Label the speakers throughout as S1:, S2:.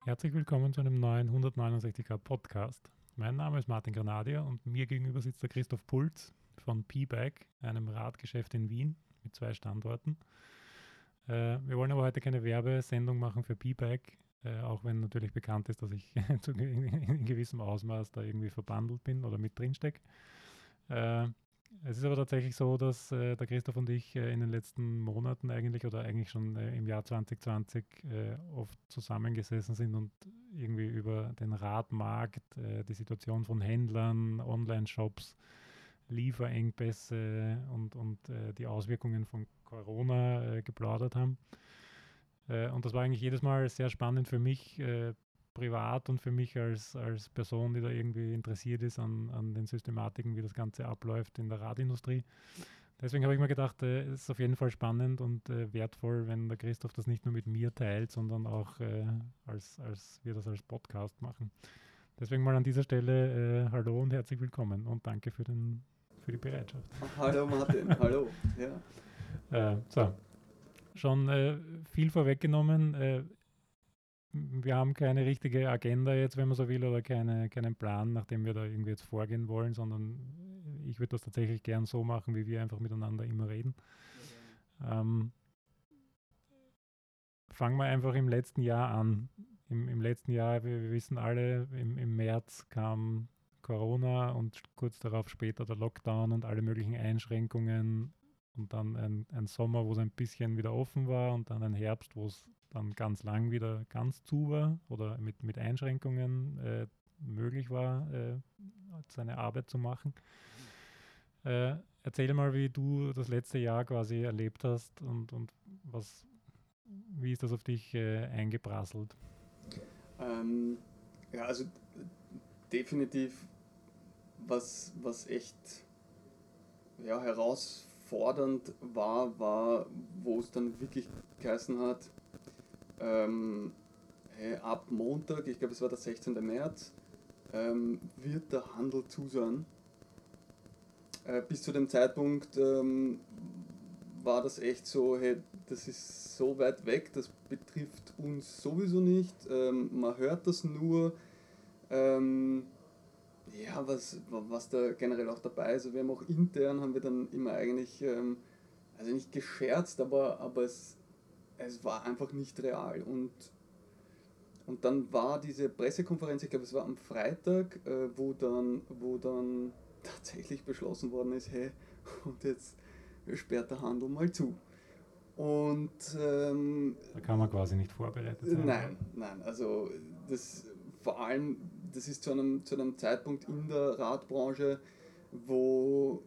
S1: Herzlich willkommen zu einem neuen 169k Podcast. Mein Name ist Martin Granadier und mir gegenüber sitzt der Christoph Pulz von P-Bike, einem Radgeschäft in Wien mit 2 Standorten. Wir wollen aber heute keine Werbesendung machen für P-Bike, auch wenn natürlich bekannt ist, dass ich in gewissem Ausmaß da irgendwie verbandelt bin oder mit drin stecke. Es ist aber tatsächlich so, dass der Christoph und ich in den letzten Monaten eigentlich schon im Jahr 2020 oft zusammengesessen sind und irgendwie über den Radmarkt, die Situation von Händlern, Online-Shops, Lieferengpässe und die Auswirkungen von Corona geplaudert haben. Und das war eigentlich jedes Mal sehr spannend für mich, privat und für mich als Person, die da irgendwie interessiert ist an den Systematiken, wie das Ganze abläuft in der Radindustrie. Deswegen habe ich mir gedacht, es ist auf jeden Fall spannend und wertvoll, wenn der Christoph das nicht nur mit mir teilt, sondern auch als wir das als Podcast machen. Deswegen mal an dieser Stelle hallo und herzlich willkommen und danke für die Bereitschaft.
S2: Hallo Martin, hallo. Ja.
S1: So, schon viel vorweggenommen. Wir haben keine richtige Agenda jetzt, wenn man so will, oder keinen Plan, nach dem wir da irgendwie jetzt vorgehen wollen, sondern ich würde das tatsächlich gern so machen, wie wir einfach miteinander immer reden. Fangen wir einfach im letzten Jahr an. Im letzten Jahr, wir wissen alle, im März kam Corona und kurz darauf später der Lockdown und alle möglichen Einschränkungen und dann ein Sommer, wo es ein bisschen wieder offen war und dann ein Herbst, wo es dann ganz lang wieder ganz zu war oder mit Einschränkungen möglich war, seine Arbeit zu machen. Erzähl mal, wie du das letzte Jahr quasi erlebt hast und wie ist das auf dich eingeprasselt?
S2: Ähm, ja, also definitiv was echt ja, herausfordernd war, wo es dann wirklich geheißen hat, ähm, hey, ab Montag, ich glaube es war der 16. März, wird der Handel zu sein. Bis zu dem Zeitpunkt war das echt so, hey, das ist so weit weg, das betrifft uns sowieso nicht. Man hört das nur. Ähm, ja, was da generell auch dabei ist. Also wir haben auch intern, haben wir dann immer eigentlich, also nicht gescherzt, aber es war einfach nicht real. Und dann war diese Pressekonferenz, ich glaube es war am Freitag, wo dann tatsächlich beschlossen worden ist, hey, und jetzt sperrt der Handel mal zu. Und
S1: Da kann man quasi nicht vorbereitet sein, oder?
S2: nein, also das vor allem, das ist zu einem Zeitpunkt in der Radbranche, wo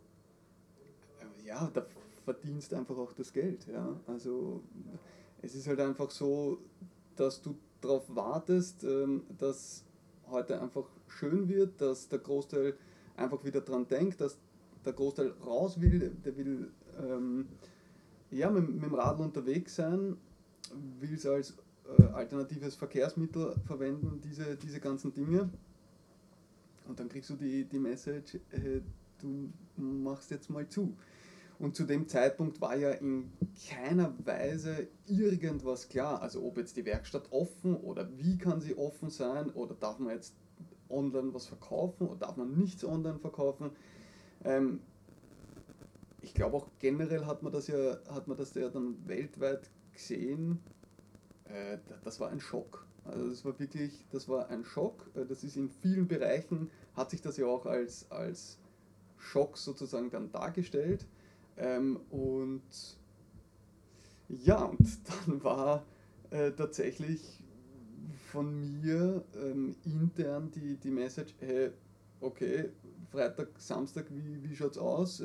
S2: ja, da verdienst einfach auch das Geld. Ja? Also es ist halt einfach so, dass du darauf wartest, dass heute einfach schön wird, dass der Großteil einfach wieder dran denkt, dass der Großteil raus will, der will ja, mit dem Radl unterwegs sein, will es als alternatives Verkehrsmittel verwenden, diese ganzen Dinge. Und dann kriegst du die Message, du machst jetzt mal zu. Und zu dem Zeitpunkt war ja in keiner Weise irgendwas klar. Also ob jetzt die Werkstatt offen oder wie kann sie offen sein oder darf man jetzt online was verkaufen oder darf man nichts online verkaufen. Ähm, Ich glaube auch generell hat man das ja dann weltweit gesehen. Das war ein Schock. Also das war ein Schock. Das ist in vielen Bereichen, hat sich das ja auch als Schock sozusagen dann dargestellt. Und ja, und dann war tatsächlich von mir intern die Message, hey, okay, Freitag, Samstag, wie schaut's aus?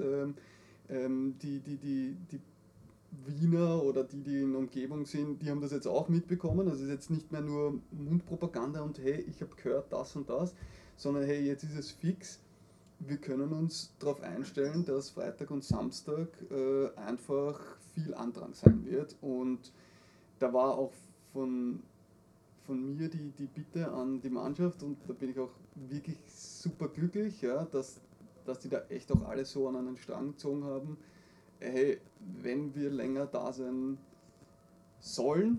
S2: Die Wiener oder die in der Umgebung sind, die haben das jetzt auch mitbekommen. Also es ist jetzt nicht mehr nur Mundpropaganda und hey, ich habe gehört das und das, sondern hey, jetzt ist es fix. Wir können uns darauf einstellen, dass Freitag und Samstag einfach viel Andrang sein wird. Und da war auch von mir die Bitte an die Mannschaft und da bin ich auch wirklich super glücklich, ja, dass die da echt auch alle so an einen Strang gezogen haben. Hey, wenn wir länger da sein sollen,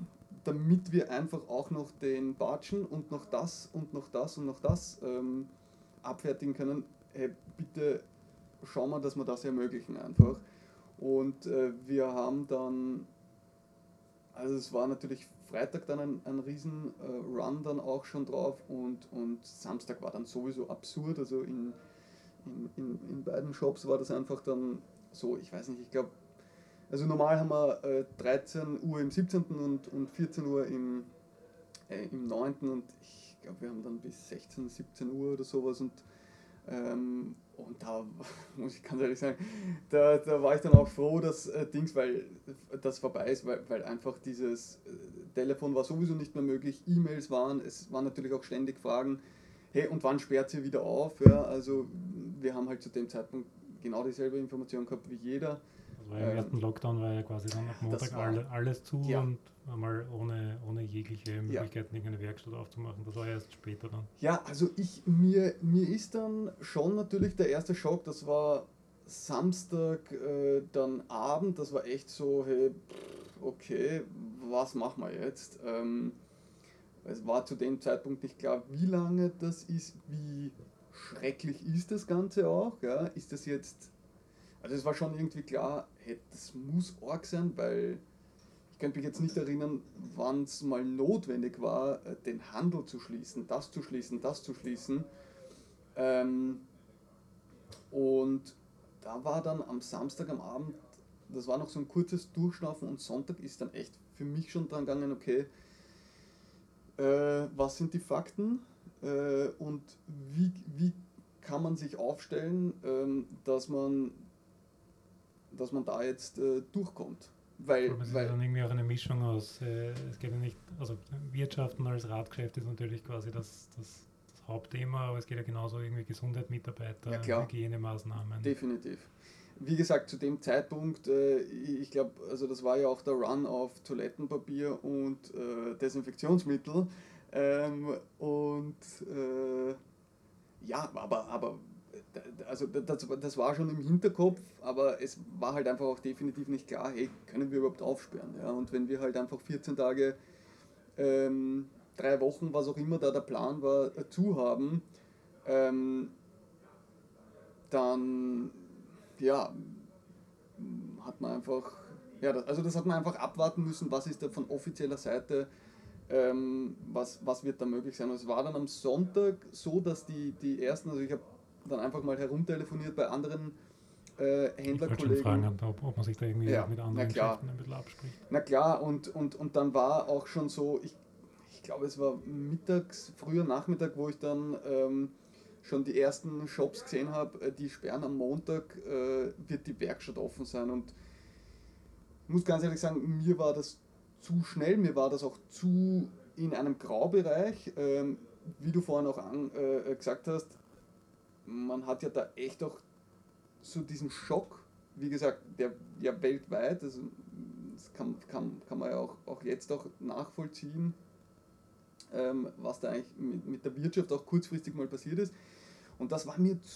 S2: damit wir einfach auch noch den Batschen und noch das und noch das und noch das abfertigen können, hey, bitte schauen wir, dass wir das ermöglichen einfach. Und wir haben dann, also es war natürlich Freitag dann ein riesen Run dann auch schon drauf und Samstag war dann sowieso absurd, also in beiden Shops war das einfach dann so, ich weiß nicht, ich glaube, also normal haben wir 13 Uhr im 17. und 14 Uhr im 9. und ich glaube, wir haben dann bis 16, 17 Uhr oder sowas und da muss ich ganz ehrlich sagen, da war ich dann auch froh, dass weil das vorbei ist, weil einfach dieses Telefon war sowieso nicht mehr möglich, E-Mails waren, es waren natürlich auch ständig Fragen, hey, und wann sperrt sie wieder auf? Ja, also wir haben halt zu dem Zeitpunkt genau dieselbe Information gehabt wie jeder.
S1: Das war im ersten Lockdown, war ja quasi dann ab Montag alles zu
S2: ja,
S1: und einmal ohne jegliche
S2: ja.
S1: Möglichkeit, irgendeine Werkstatt aufzumachen. Das war erst später dann.
S2: Ja, also mir ist dann schon natürlich der erste Schock, das war Samstag, dann Abend, das war echt so, hey, okay, was machen wir jetzt? Es war zu dem Zeitpunkt nicht klar, wie lange das ist, wie schrecklich ist das Ganze auch, ja? Ist das jetzt, also es war schon irgendwie klar, hey, das muss arg sein, weil ich könnte mich jetzt nicht erinnern, wann es mal notwendig war, den Handel zu schließen, das zu schließen, das zu schließen. Ähm, und da war dann am Samstag am Abend, das war noch so ein kurzes Durchschnaufen und Sonntag ist dann echt für mich schon dran gegangen, okay, was sind die Fakten und wie kann man sich aufstellen, dass man da jetzt durchkommt.
S1: Vor allem, es ist ja dann irgendwie auch eine Mischung aus, es geht ja nicht, also Wirtschaften als Radgeschäft ist natürlich quasi das Hauptthema, aber es geht ja genauso irgendwie Gesundheit, Mitarbeiter,
S2: Ja klar,
S1: Hygienemaßnahmen.
S2: definitiv. Wie gesagt, zu dem Zeitpunkt, ich glaube, also das war ja auch der Run auf Toilettenpapier und Desinfektionsmittel. Und ja, aber also das war schon im Hinterkopf, aber es war halt einfach auch definitiv nicht klar, hey, können wir überhaupt aufsperren? Ja? Und wenn wir halt einfach 14 Tage, 3 Wochen, was auch immer da der Plan war, zu haben, ähm, dann ja, hat man einfach, ja, also das hat man einfach abwarten müssen, was ist da von offizieller Seite, was wird da möglich sein. Und es war dann am Sonntag so, dass die ersten, also ich habe dann einfach mal herumtelefoniert bei anderen
S1: Ich wollte schon
S2: Händlerkollegen.
S1: fragen, ob man sich da irgendwie auch
S2: Ja,
S1: mit
S2: na
S1: anderen
S2: klar.
S1: Geschäften ein bisschen abspricht.
S2: Na klar, und dann war auch schon so, ich glaube, es war mittags, früher Nachmittag, wo ich dann schon die ersten Shops gesehen habe, die sperren am Montag, wird die Werkstatt offen sein. Und ich muss ganz ehrlich sagen, mir war das zu schnell, mir war das auch zu in einem Graubereich. Wie du vorhin auch gesagt hast, man hat ja da echt auch so diesen Schock, wie gesagt, der ja weltweit, also das kann man ja auch jetzt auch nachvollziehen, was da eigentlich mit der Wirtschaft auch kurzfristig mal passiert ist. Und das war mir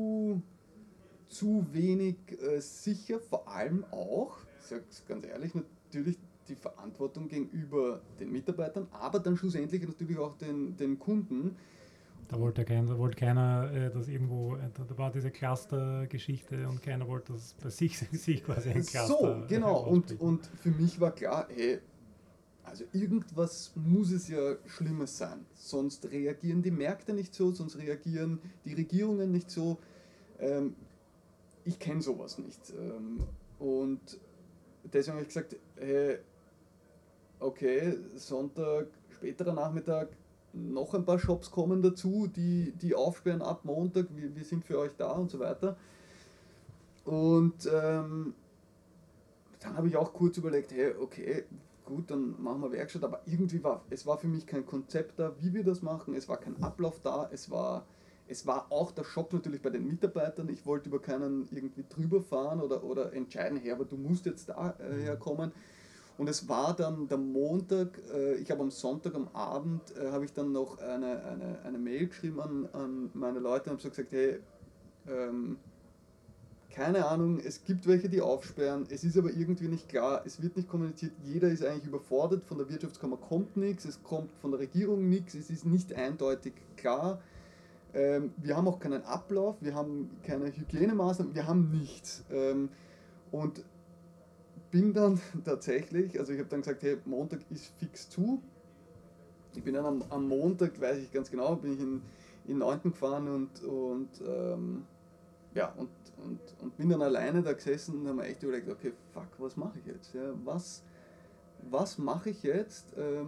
S2: zu wenig sicher, vor allem auch, ich sage es ganz ehrlich, natürlich die Verantwortung gegenüber den Mitarbeitern, aber dann schlussendlich natürlich auch den Kunden.
S1: Da wollte keiner das irgendwo, da war diese Cluster-Geschichte und keiner wollte das bei sich quasi ein
S2: So,
S1: Cluster
S2: genau,
S1: ausbrechen.
S2: und für mich war klar, hey, also irgendwas muss es ja Schlimmes sein, sonst reagieren die Märkte nicht so, sonst reagieren die Regierungen nicht so. Ähm, ich kenne sowas nicht. Und deswegen habe ich gesagt, hey, okay, Sonntag, späterer Nachmittag, noch ein paar Shops kommen dazu, die aufsperren ab Montag, wir sind für euch da und so weiter. Und dann habe ich auch kurz überlegt, hey, okay, gut, dann machen wir Werkstatt, aber irgendwie es war für mich kein Konzept da, wie wir das machen, es war kein Ablauf da, es war auch der Schock natürlich bei den Mitarbeitern, ich wollte über keinen irgendwie drüber fahren oder entscheiden, hey, aber du musst jetzt da
S1: Mhm.
S2: herkommen. Und es war dann der Montag, ich habe am Sonntag am Abend, habe ich dann noch eine Mail geschrieben an meine Leute und habe so gesagt, hey, keine Ahnung, es gibt welche, die aufsperren, es ist aber irgendwie nicht klar, es wird nicht kommuniziert, jeder ist eigentlich überfordert, von der Wirtschaftskammer kommt nichts, es kommt von der Regierung nichts, es ist nicht eindeutig klar. Wir haben auch keinen Ablauf, wir haben keine Hygienemaßnahmen, wir haben nichts. Und bin dann tatsächlich, also ich habe dann gesagt, hey, Montag ist fix zu. Ich bin dann am Montag, weiß ich ganz genau, bin ich in 9. gefahren und bin dann alleine da gesessen und habe mir echt überlegt, okay, fuck, was mache ich jetzt? Ja, was mache ich jetzt?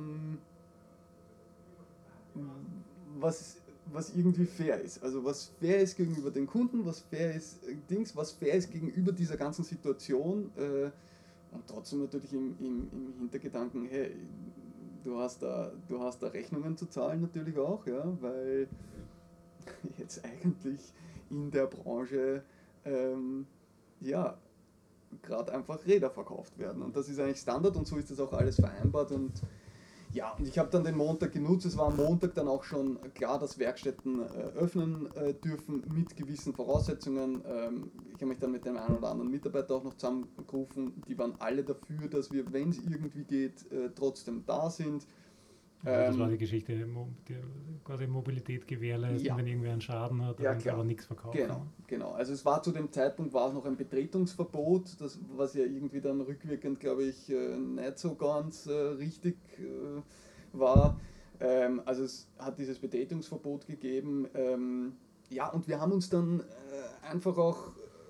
S2: Was irgendwie fair ist. Also was fair ist gegenüber den Kunden, was fair ist was fair ist gegenüber dieser ganzen Situation und trotzdem natürlich im Hintergedanken, hey, du hast da Rechnungen zu zahlen natürlich auch, ja, weil jetzt eigentlich in der Branche ja, gerade einfach Räder verkauft werden und das ist eigentlich Standard und so ist das auch alles vereinbart und ja, und ich habe dann den Montag genutzt. Es war am Montag dann auch schon klar, dass Werkstätten öffnen dürfen mit gewissen Voraussetzungen. Ich habe mich dann mit dem einen oder anderen Mitarbeiter auch noch zusammengerufen. Die waren alle dafür, dass wir, wenn es irgendwie geht, trotzdem da sind.
S1: Also das war die Geschichte, die quasi Mobilität gewährleisten,
S2: Ja.
S1: wenn irgendwer einen Schaden hat,
S2: Ja,
S1: wenn sie aber nichts verkaufen.
S2: Genau. Also es war zu dem Zeitpunkt war auch noch ein Betretungsverbot, das, was ja irgendwie dann rückwirkend, glaube ich, nicht so ganz richtig war. Also es hat dieses Betretungsverbot gegeben. Ja, und wir haben uns dann einfach auch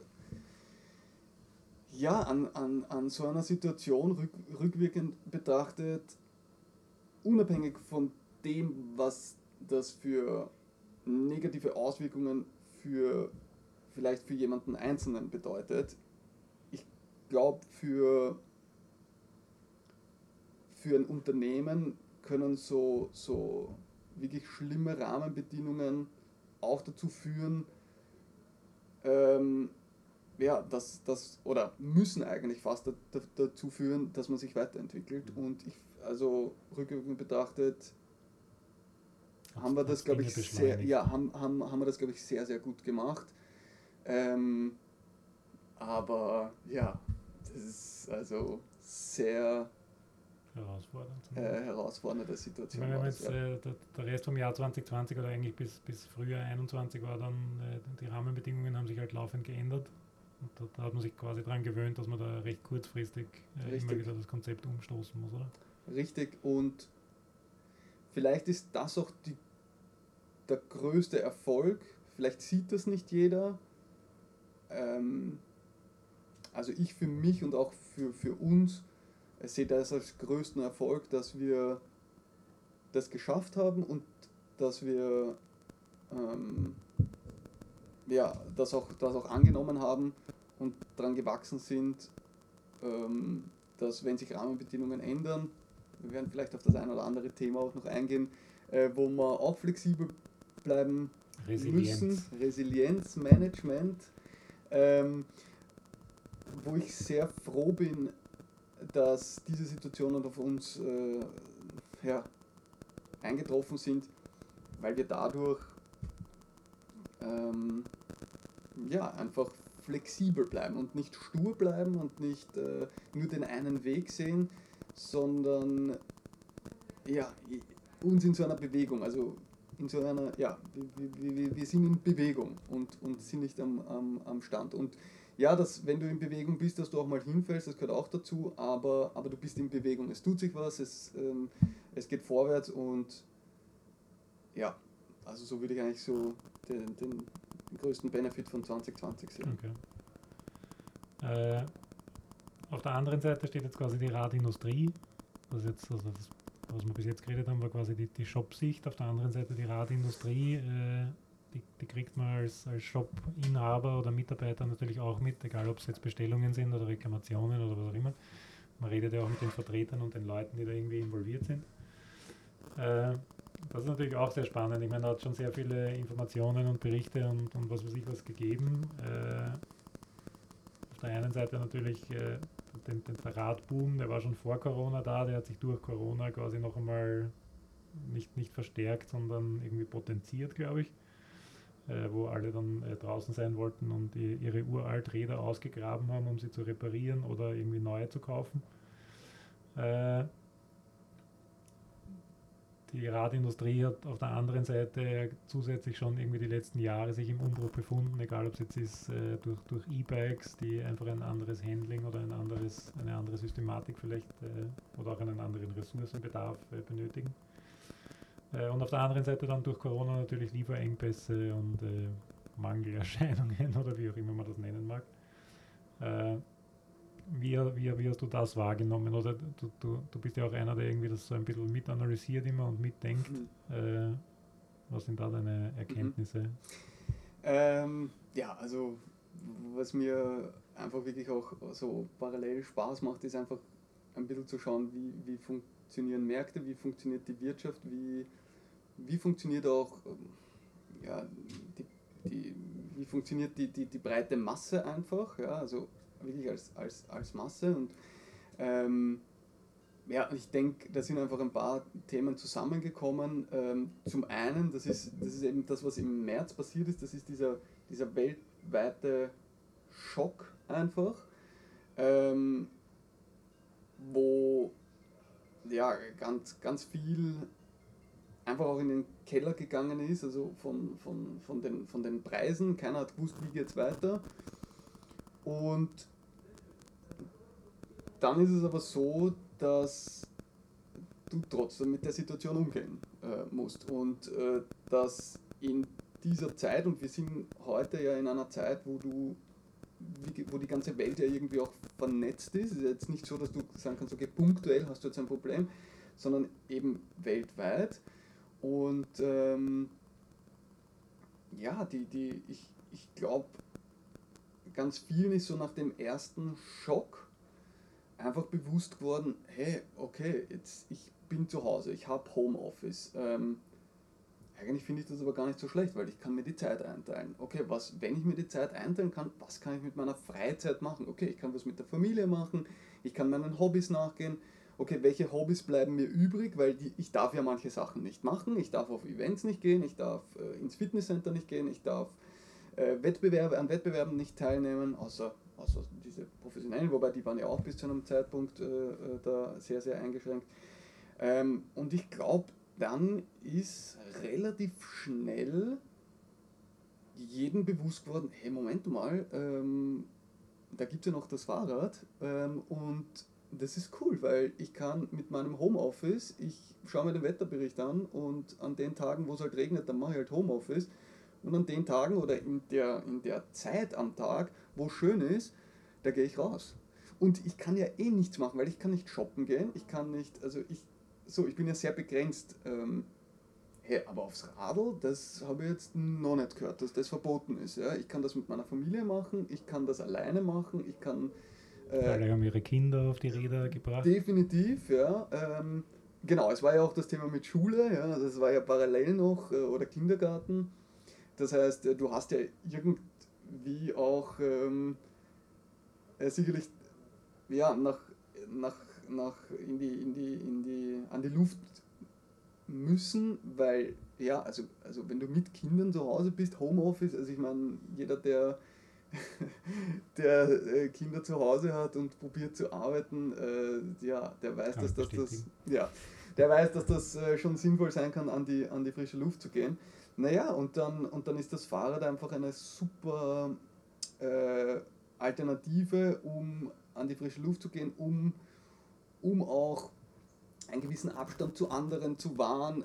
S2: ja, an so einer Situation rückwirkend betrachtet, unabhängig von dem, was das für negative Auswirkungen vielleicht für jemanden Einzelnen bedeutet. Ich glaube, für ein Unternehmen können so wirklich schlimme Rahmenbedingungen auch dazu führen, ja, oder müssen eigentlich fast dazu führen, dass man sich weiterentwickelt. Und also rückwirkend betrachtet, haben wir das, glaube ich, haben wir das, glaube ich, sehr, sehr gut gemacht. Aber ja, das ist also sehr herausfordernde Situation.
S1: Wenn man jetzt der Rest vom Jahr 2020 oder eigentlich bis Frühjahr 2021 war, dann die Rahmenbedingungen haben sich halt laufend geändert. Und da hat man sich quasi daran gewöhnt, dass man da recht kurzfristig immer wieder das Konzept umstoßen muss, oder?
S2: Richtig, und vielleicht ist das auch der größte Erfolg. Vielleicht sieht das nicht jeder. Also ich für mich und auch für uns sehe das als größten Erfolg, dass wir das geschafft haben und dass wir das auch angenommen haben und daran gewachsen sind, dass wenn sich Rahmenbedingungen ändern, wir werden vielleicht auf das ein oder andere Thema auch noch eingehen, wo wir auch flexibel bleiben müssen, Resilienzmanagement, wo ich sehr froh bin, dass diese Situationen auf uns eingetroffen sind, weil wir dadurch einfach flexibel bleiben und nicht stur bleiben und nicht nur den einen Weg sehen, sondern uns in so einer Bewegung, also in so einer, wir sind in Bewegung und sind nicht am Stand. Und ja, wenn du in Bewegung bist, dass du auch mal hinfällst, das gehört auch dazu, aber du bist in Bewegung, es tut sich was, es geht vorwärts und ja, also so würde ich eigentlich so den größten Benefit von 2020 sehen.
S1: Okay. Auf der anderen Seite steht jetzt quasi die Radindustrie. Das was wir bis jetzt geredet haben, war quasi die Shop-Sicht. Auf der anderen Seite die Radindustrie, die kriegt man als Shop-Inhaber oder Mitarbeiter natürlich auch mit, egal ob es jetzt Bestellungen sind oder Reklamationen oder was auch immer. Man redet ja auch mit den Vertretern und den Leuten, die da irgendwie involviert sind. Das ist natürlich auch sehr spannend. Ich meine, da hat schon sehr viele Informationen und Berichte und was weiß ich was gegeben. Auf der einen Seite natürlich der Radboom, der war schon vor Corona da, der hat sich durch Corona quasi noch einmal nicht verstärkt, sondern irgendwie potenziert, glaube ich. wo alle dann draußen sein wollten und ihre uralt Räder ausgegraben haben, um sie zu reparieren oder irgendwie neue zu kaufen. Die Radindustrie hat auf der anderen Seite zusätzlich schon irgendwie die letzten Jahre sich im Umbruch befunden, egal ob es jetzt ist durch E-Bikes, die einfach ein anderes Handling oder eine andere Systematik vielleicht oder auch einen anderen Ressourcenbedarf benötigen. Und auf der anderen Seite dann durch Corona natürlich Lieferengpässe und Mangelerscheinungen oder wie auch immer man das nennen mag. Wie hast du das wahrgenommen? Oder du bist ja auch einer, der irgendwie das so ein bisschen mitanalysiert immer und mitdenkt. Was sind da deine Erkenntnisse?
S2: Ja, also was mir einfach wirklich auch so parallel Spaß macht, ist einfach ein bisschen zu schauen, wie funktionieren Märkte, wie funktioniert die Wirtschaft, wie funktioniert auch ja, wie funktioniert die breite Masse einfach, ja, also wirklich als Masse. Und ja, ich denke, da sind einfach ein paar Themen zusammengekommen. Zum einen, das ist eben das, was im März passiert ist, das ist dieser weltweite Schock einfach, wo ja ganz viel einfach auch in den Keller gegangen ist, also von den Preisen. Keiner hat gewusst, wie geht es weiter. Und dann ist es aber so, dass du trotzdem mit der Situation umgehen musst. Und dass in dieser Zeit, und wir sind heute ja in einer Zeit, wo die ganze Welt ja irgendwie auch vernetzt ist. Es ist jetzt nicht so, dass du sagen kannst, okay, punktuell hast du jetzt ein Problem, sondern eben weltweit. Und ja, ich glaube, ganz vielen ist so nach dem ersten Schock einfach bewusst geworden, hey, okay, ich bin zu Hause, ich habe Homeoffice. Eigentlich finde ich das aber gar nicht so schlecht, weil ich kann mir die Zeit einteilen. Okay, wenn ich mir die Zeit einteilen kann, was kann ich mit meiner Freizeit machen? Okay, ich kann was mit der Familie machen, ich kann meinen Hobbys nachgehen. Okay, welche Hobbys bleiben mir übrig, weil ich darf ja manche Sachen nicht machen. Ich darf auf Events nicht gehen, ich darf ins Fitnesscenter nicht gehen, ich darf an Wettbewerben nicht teilnehmen, außer diese professionellen, wobei die waren ja auch bis zu einem Zeitpunkt da sehr, sehr eingeschränkt. Und ich glaube, dann ist relativ schnell jedem bewusst geworden, hey, Moment mal, da gibt es ja noch das Fahrrad und das ist cool, weil ich kann mit meinem Homeoffice, ich schaue mir den Wetterbericht an und an den Tagen, wo es halt regnet, dann mache ich halt Homeoffice und an den Tagen oder in der Zeit am Tag, wo es schön ist, da gehe ich raus. Und ich kann ja eh nichts machen, weil ich kann nicht shoppen gehen, ich kann nicht, ich bin ja sehr begrenzt. Hey, aber aufs Radl, das habe ich jetzt noch nicht gehört, dass das verboten ist. Ja? Ich kann das mit meiner Familie machen, ich kann das alleine machen, ich kann...
S1: Alle haben ihre Kinder auf die Räder gebracht.
S2: Definitiv, ja. Genau, es war ja auch das Thema mit Schule, ja, also es war ja parallel noch, oder Kindergarten. Das heißt, du hast ja irgendwie auch sicherlich ja, an die Luft müssen, weil ja, also wenn du mit Kindern zu Hause bist, Homeoffice, also ich meine, jeder, der Kinder zu Hause hat und probiert zu arbeiten, ja, der weiß, der weiß, dass das schon sinnvoll sein kann, an die frische Luft zu gehen. Naja, und dann ist das Fahrrad einfach eine super Alternative, um an die frische Luft zu gehen, um auch einen gewissen Abstand zu anderen zu wahren,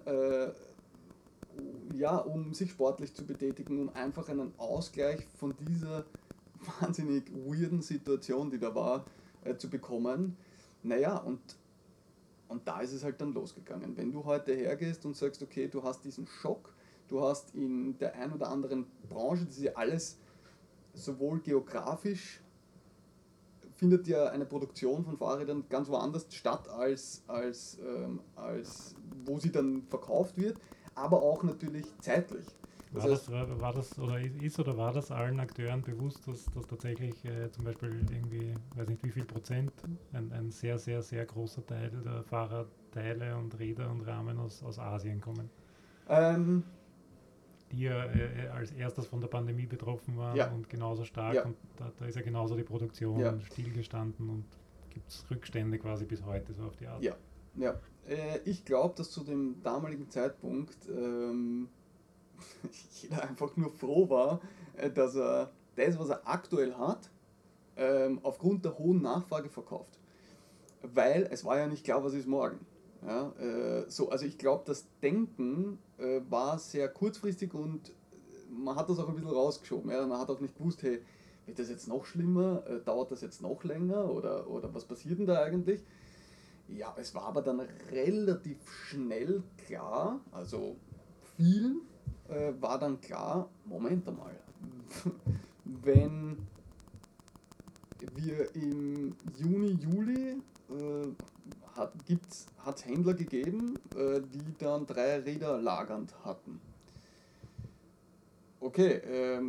S2: ja, um sich sportlich zu betätigen, um einfach einen Ausgleich von dieser wahnsinnig weirden Situation, die da war, zu bekommen. Naja, und da ist es halt dann losgegangen. Wenn du heute hergehst und sagst, okay, du hast diesen Schock, du hast in der ein oder anderen Branche, das ist ja alles sowohl geografisch, findet ja eine Produktion von Fahrrädern ganz woanders statt, als wo sie dann verkauft wird, aber auch natürlich zeitlich.
S1: War das allen Akteuren bewusst, dass tatsächlich zum Beispiel irgendwie, weiß nicht wie viel Prozent, ein sehr, sehr, sehr großer Teil der Fahrradteile und Räder und Rahmen aus Asien kommen? die ja als erstes von der Pandemie betroffen waren
S2: Ja.
S1: und genauso stark.
S2: Ja.
S1: Und da ist ja genauso die Produktion
S2: Ja.
S1: stillgestanden und gibt es Rückstände quasi bis heute, so auf die Art.
S2: Ja, ja. Ich glaube, dass zu dem damaligen Zeitpunkt jeder einfach nur froh war, dass er das, was er aktuell hat, aufgrund der hohen Nachfrage verkauft. Weil es war ja nicht klar, was ist morgen. Ja, also ich glaube, das Denken war sehr kurzfristig und man hat das auch ein bisschen rausgeschoben. Ja? Man hat auch nicht gewusst, hey, wird das jetzt noch schlimmer? Dauert das jetzt noch länger? Oder was passiert denn da eigentlich? Ja, es war aber dann relativ schnell klar, also vielen war dann klar, Moment einmal, wenn wir im Juni, Juli hat es Händler gegeben, die dann 3 Räder lagernd hatten. Okay,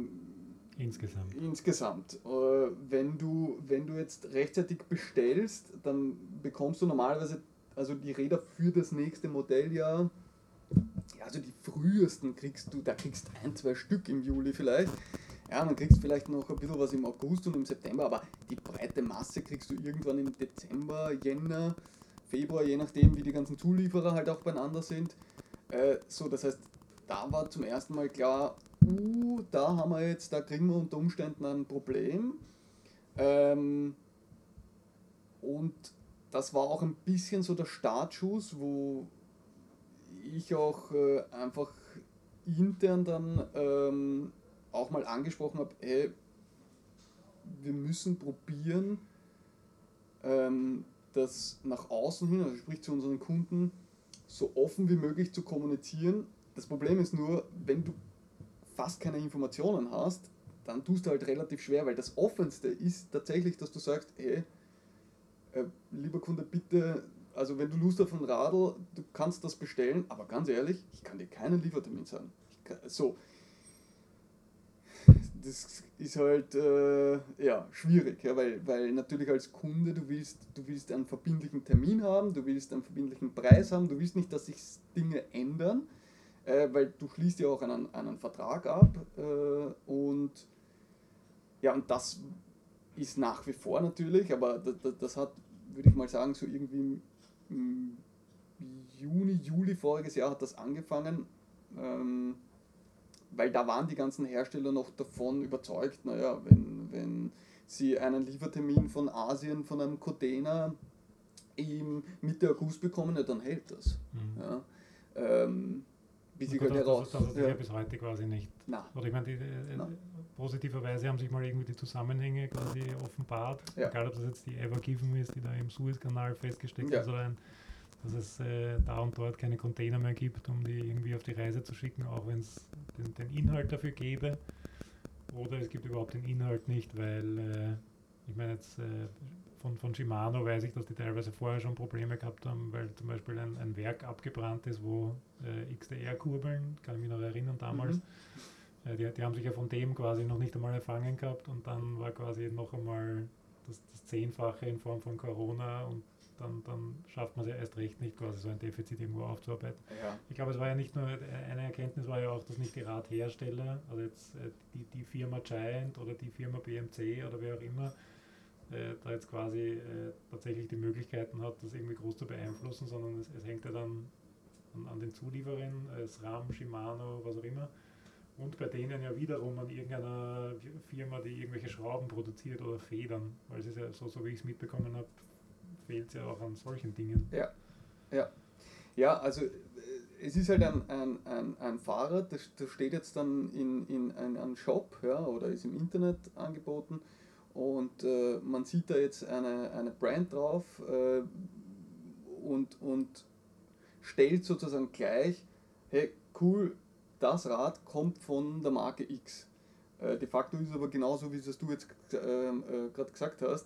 S2: insgesamt. Wenn du jetzt rechtzeitig bestellst, dann bekommst du normalerweise also die Räder für das nächste Modelljahr. Ja, also die frühesten kriegst du 1, 2 Stück im Juli vielleicht. Ja, dann kriegst du vielleicht noch ein bisschen was im August und im September, aber die breite Masse kriegst du irgendwann im Dezember, Jänner, Februar, je nachdem, wie die ganzen Zulieferer halt auch beieinander sind. So, das heißt, da war zum ersten Mal klar, da kriegen wir unter Umständen ein Problem. Und das war auch ein bisschen so der Startschuss, wo ich auch einfach intern dann auch mal angesprochen habe, hey, wir müssen probieren, das nach außen hin, also sprich zu unseren Kunden, so offen wie möglich zu kommunizieren. Das Problem ist nur, wenn du fast keine Informationen hast, dann tust du halt relativ schwer, weil das Offenste ist tatsächlich, dass du sagst, hey, lieber Kunde, bitte, also wenn du Lust auf ein Radl, du kannst das bestellen, aber ganz ehrlich, ich kann dir keinen Liefertermin sagen. Das ist halt schwierig, ja, weil natürlich als Kunde du willst einen verbindlichen Termin haben, du willst einen verbindlichen Preis haben, du willst nicht, dass sich Dinge ändern, weil du schließt ja auch einen Vertrag ab und das ist nach wie vor natürlich, aber das hat, würde ich mal sagen, so irgendwie im Juni, Juli voriges Jahr hat das angefangen, weil da waren die ganzen Hersteller noch davon überzeugt, naja, wenn sie einen Liefertermin von Asien, von einem Container im Mitte August bekommen, ja, dann hält das.
S1: Mhm.
S2: Ja. Bis ich halt heraus.
S1: Das ist ja bis heute quasi nicht.
S2: Na.
S1: Oder ich meine, positiverweise haben sich mal irgendwie die Zusammenhänge quasi offenbart.
S2: Ja.
S1: Egal, ob das jetzt die Ever Given ist, die da im Suezkanal festgesteckt ist, oder dass es da und dort keine Container mehr gibt, um die irgendwie auf die Reise zu schicken, auch wenn es den Inhalt dafür gäbe. Oder es gibt überhaupt den Inhalt nicht, weil ich meine jetzt von Shimano weiß ich, dass die teilweise vorher schon Probleme gehabt haben, weil zum Beispiel ein Werk abgebrannt ist, wo XDR-Kurbeln, kann ich mich noch erinnern damals, die haben sich ja von dem quasi noch nicht einmal erfangen gehabt und dann war quasi noch einmal das Zehnfache in Form von Corona und dann schafft man es ja erst recht nicht, quasi so ein Defizit irgendwo aufzuarbeiten.
S2: Ja.
S1: Ich glaube, es war ja nicht nur, eine Erkenntnis war ja auch, dass nicht die Radhersteller, also jetzt die Firma Giant oder die Firma BMC oder wer auch immer, da jetzt quasi tatsächlich die Möglichkeiten hat, das irgendwie groß zu beeinflussen, sondern es hängt ja dann an den Zulieferern, SRAM, Shimano, was auch immer. Und bei denen ja wiederum an irgendeiner Firma, die irgendwelche Schrauben produziert oder Federn, weil es ist ja so wie ich es mitbekommen habe, fehlt es ja auch an solchen Dingen.
S2: Ja, also es ist halt ein Fahrrad, das steht jetzt dann in einem Shop, ja, oder ist im Internet angeboten und man sieht da jetzt eine Brand drauf und stellt sozusagen gleich, hey cool, das Rad kommt von der Marke X. De facto ist es aber genauso, wie es du jetzt gerade gesagt hast.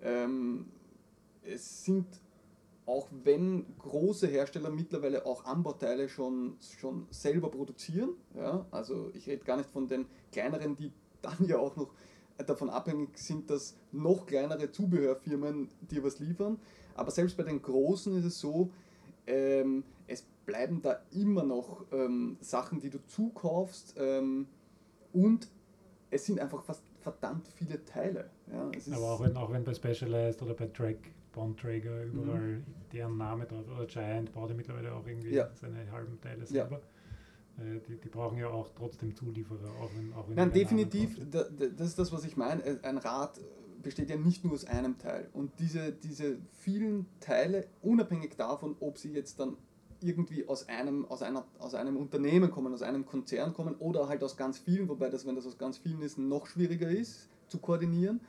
S2: Es sind, auch wenn große Hersteller mittlerweile auch Anbauteile schon selber produzieren, ja, also ich rede gar nicht von den kleineren, die dann ja auch noch davon abhängig sind, dass noch kleinere Zubehörfirmen dir was liefern, aber selbst bei den großen ist es so, es bleiben da immer noch Sachen, die du zukaufst, und es sind einfach fast verdammt viele Teile. Ja, es ist
S1: Aber auch wenn bei Specialized oder bei Bond-Traeger überall deren Name drauf, oder Giant baut ja mittlerweile auch irgendwie seine halben Teile selber. Ja. Die brauchen ja auch trotzdem Zulieferer, auch wenn
S2: Nein, definitiv, das ist das, was ich meine. Ein Rad besteht ja nicht nur aus einem Teil. Und diese vielen Teile, unabhängig davon, ob sie jetzt dann irgendwie aus einem Unternehmen kommen, aus einem Konzern kommen oder halt aus ganz vielen, wobei das, wenn das aus ganz vielen ist, noch schwieriger ist zu koordinieren.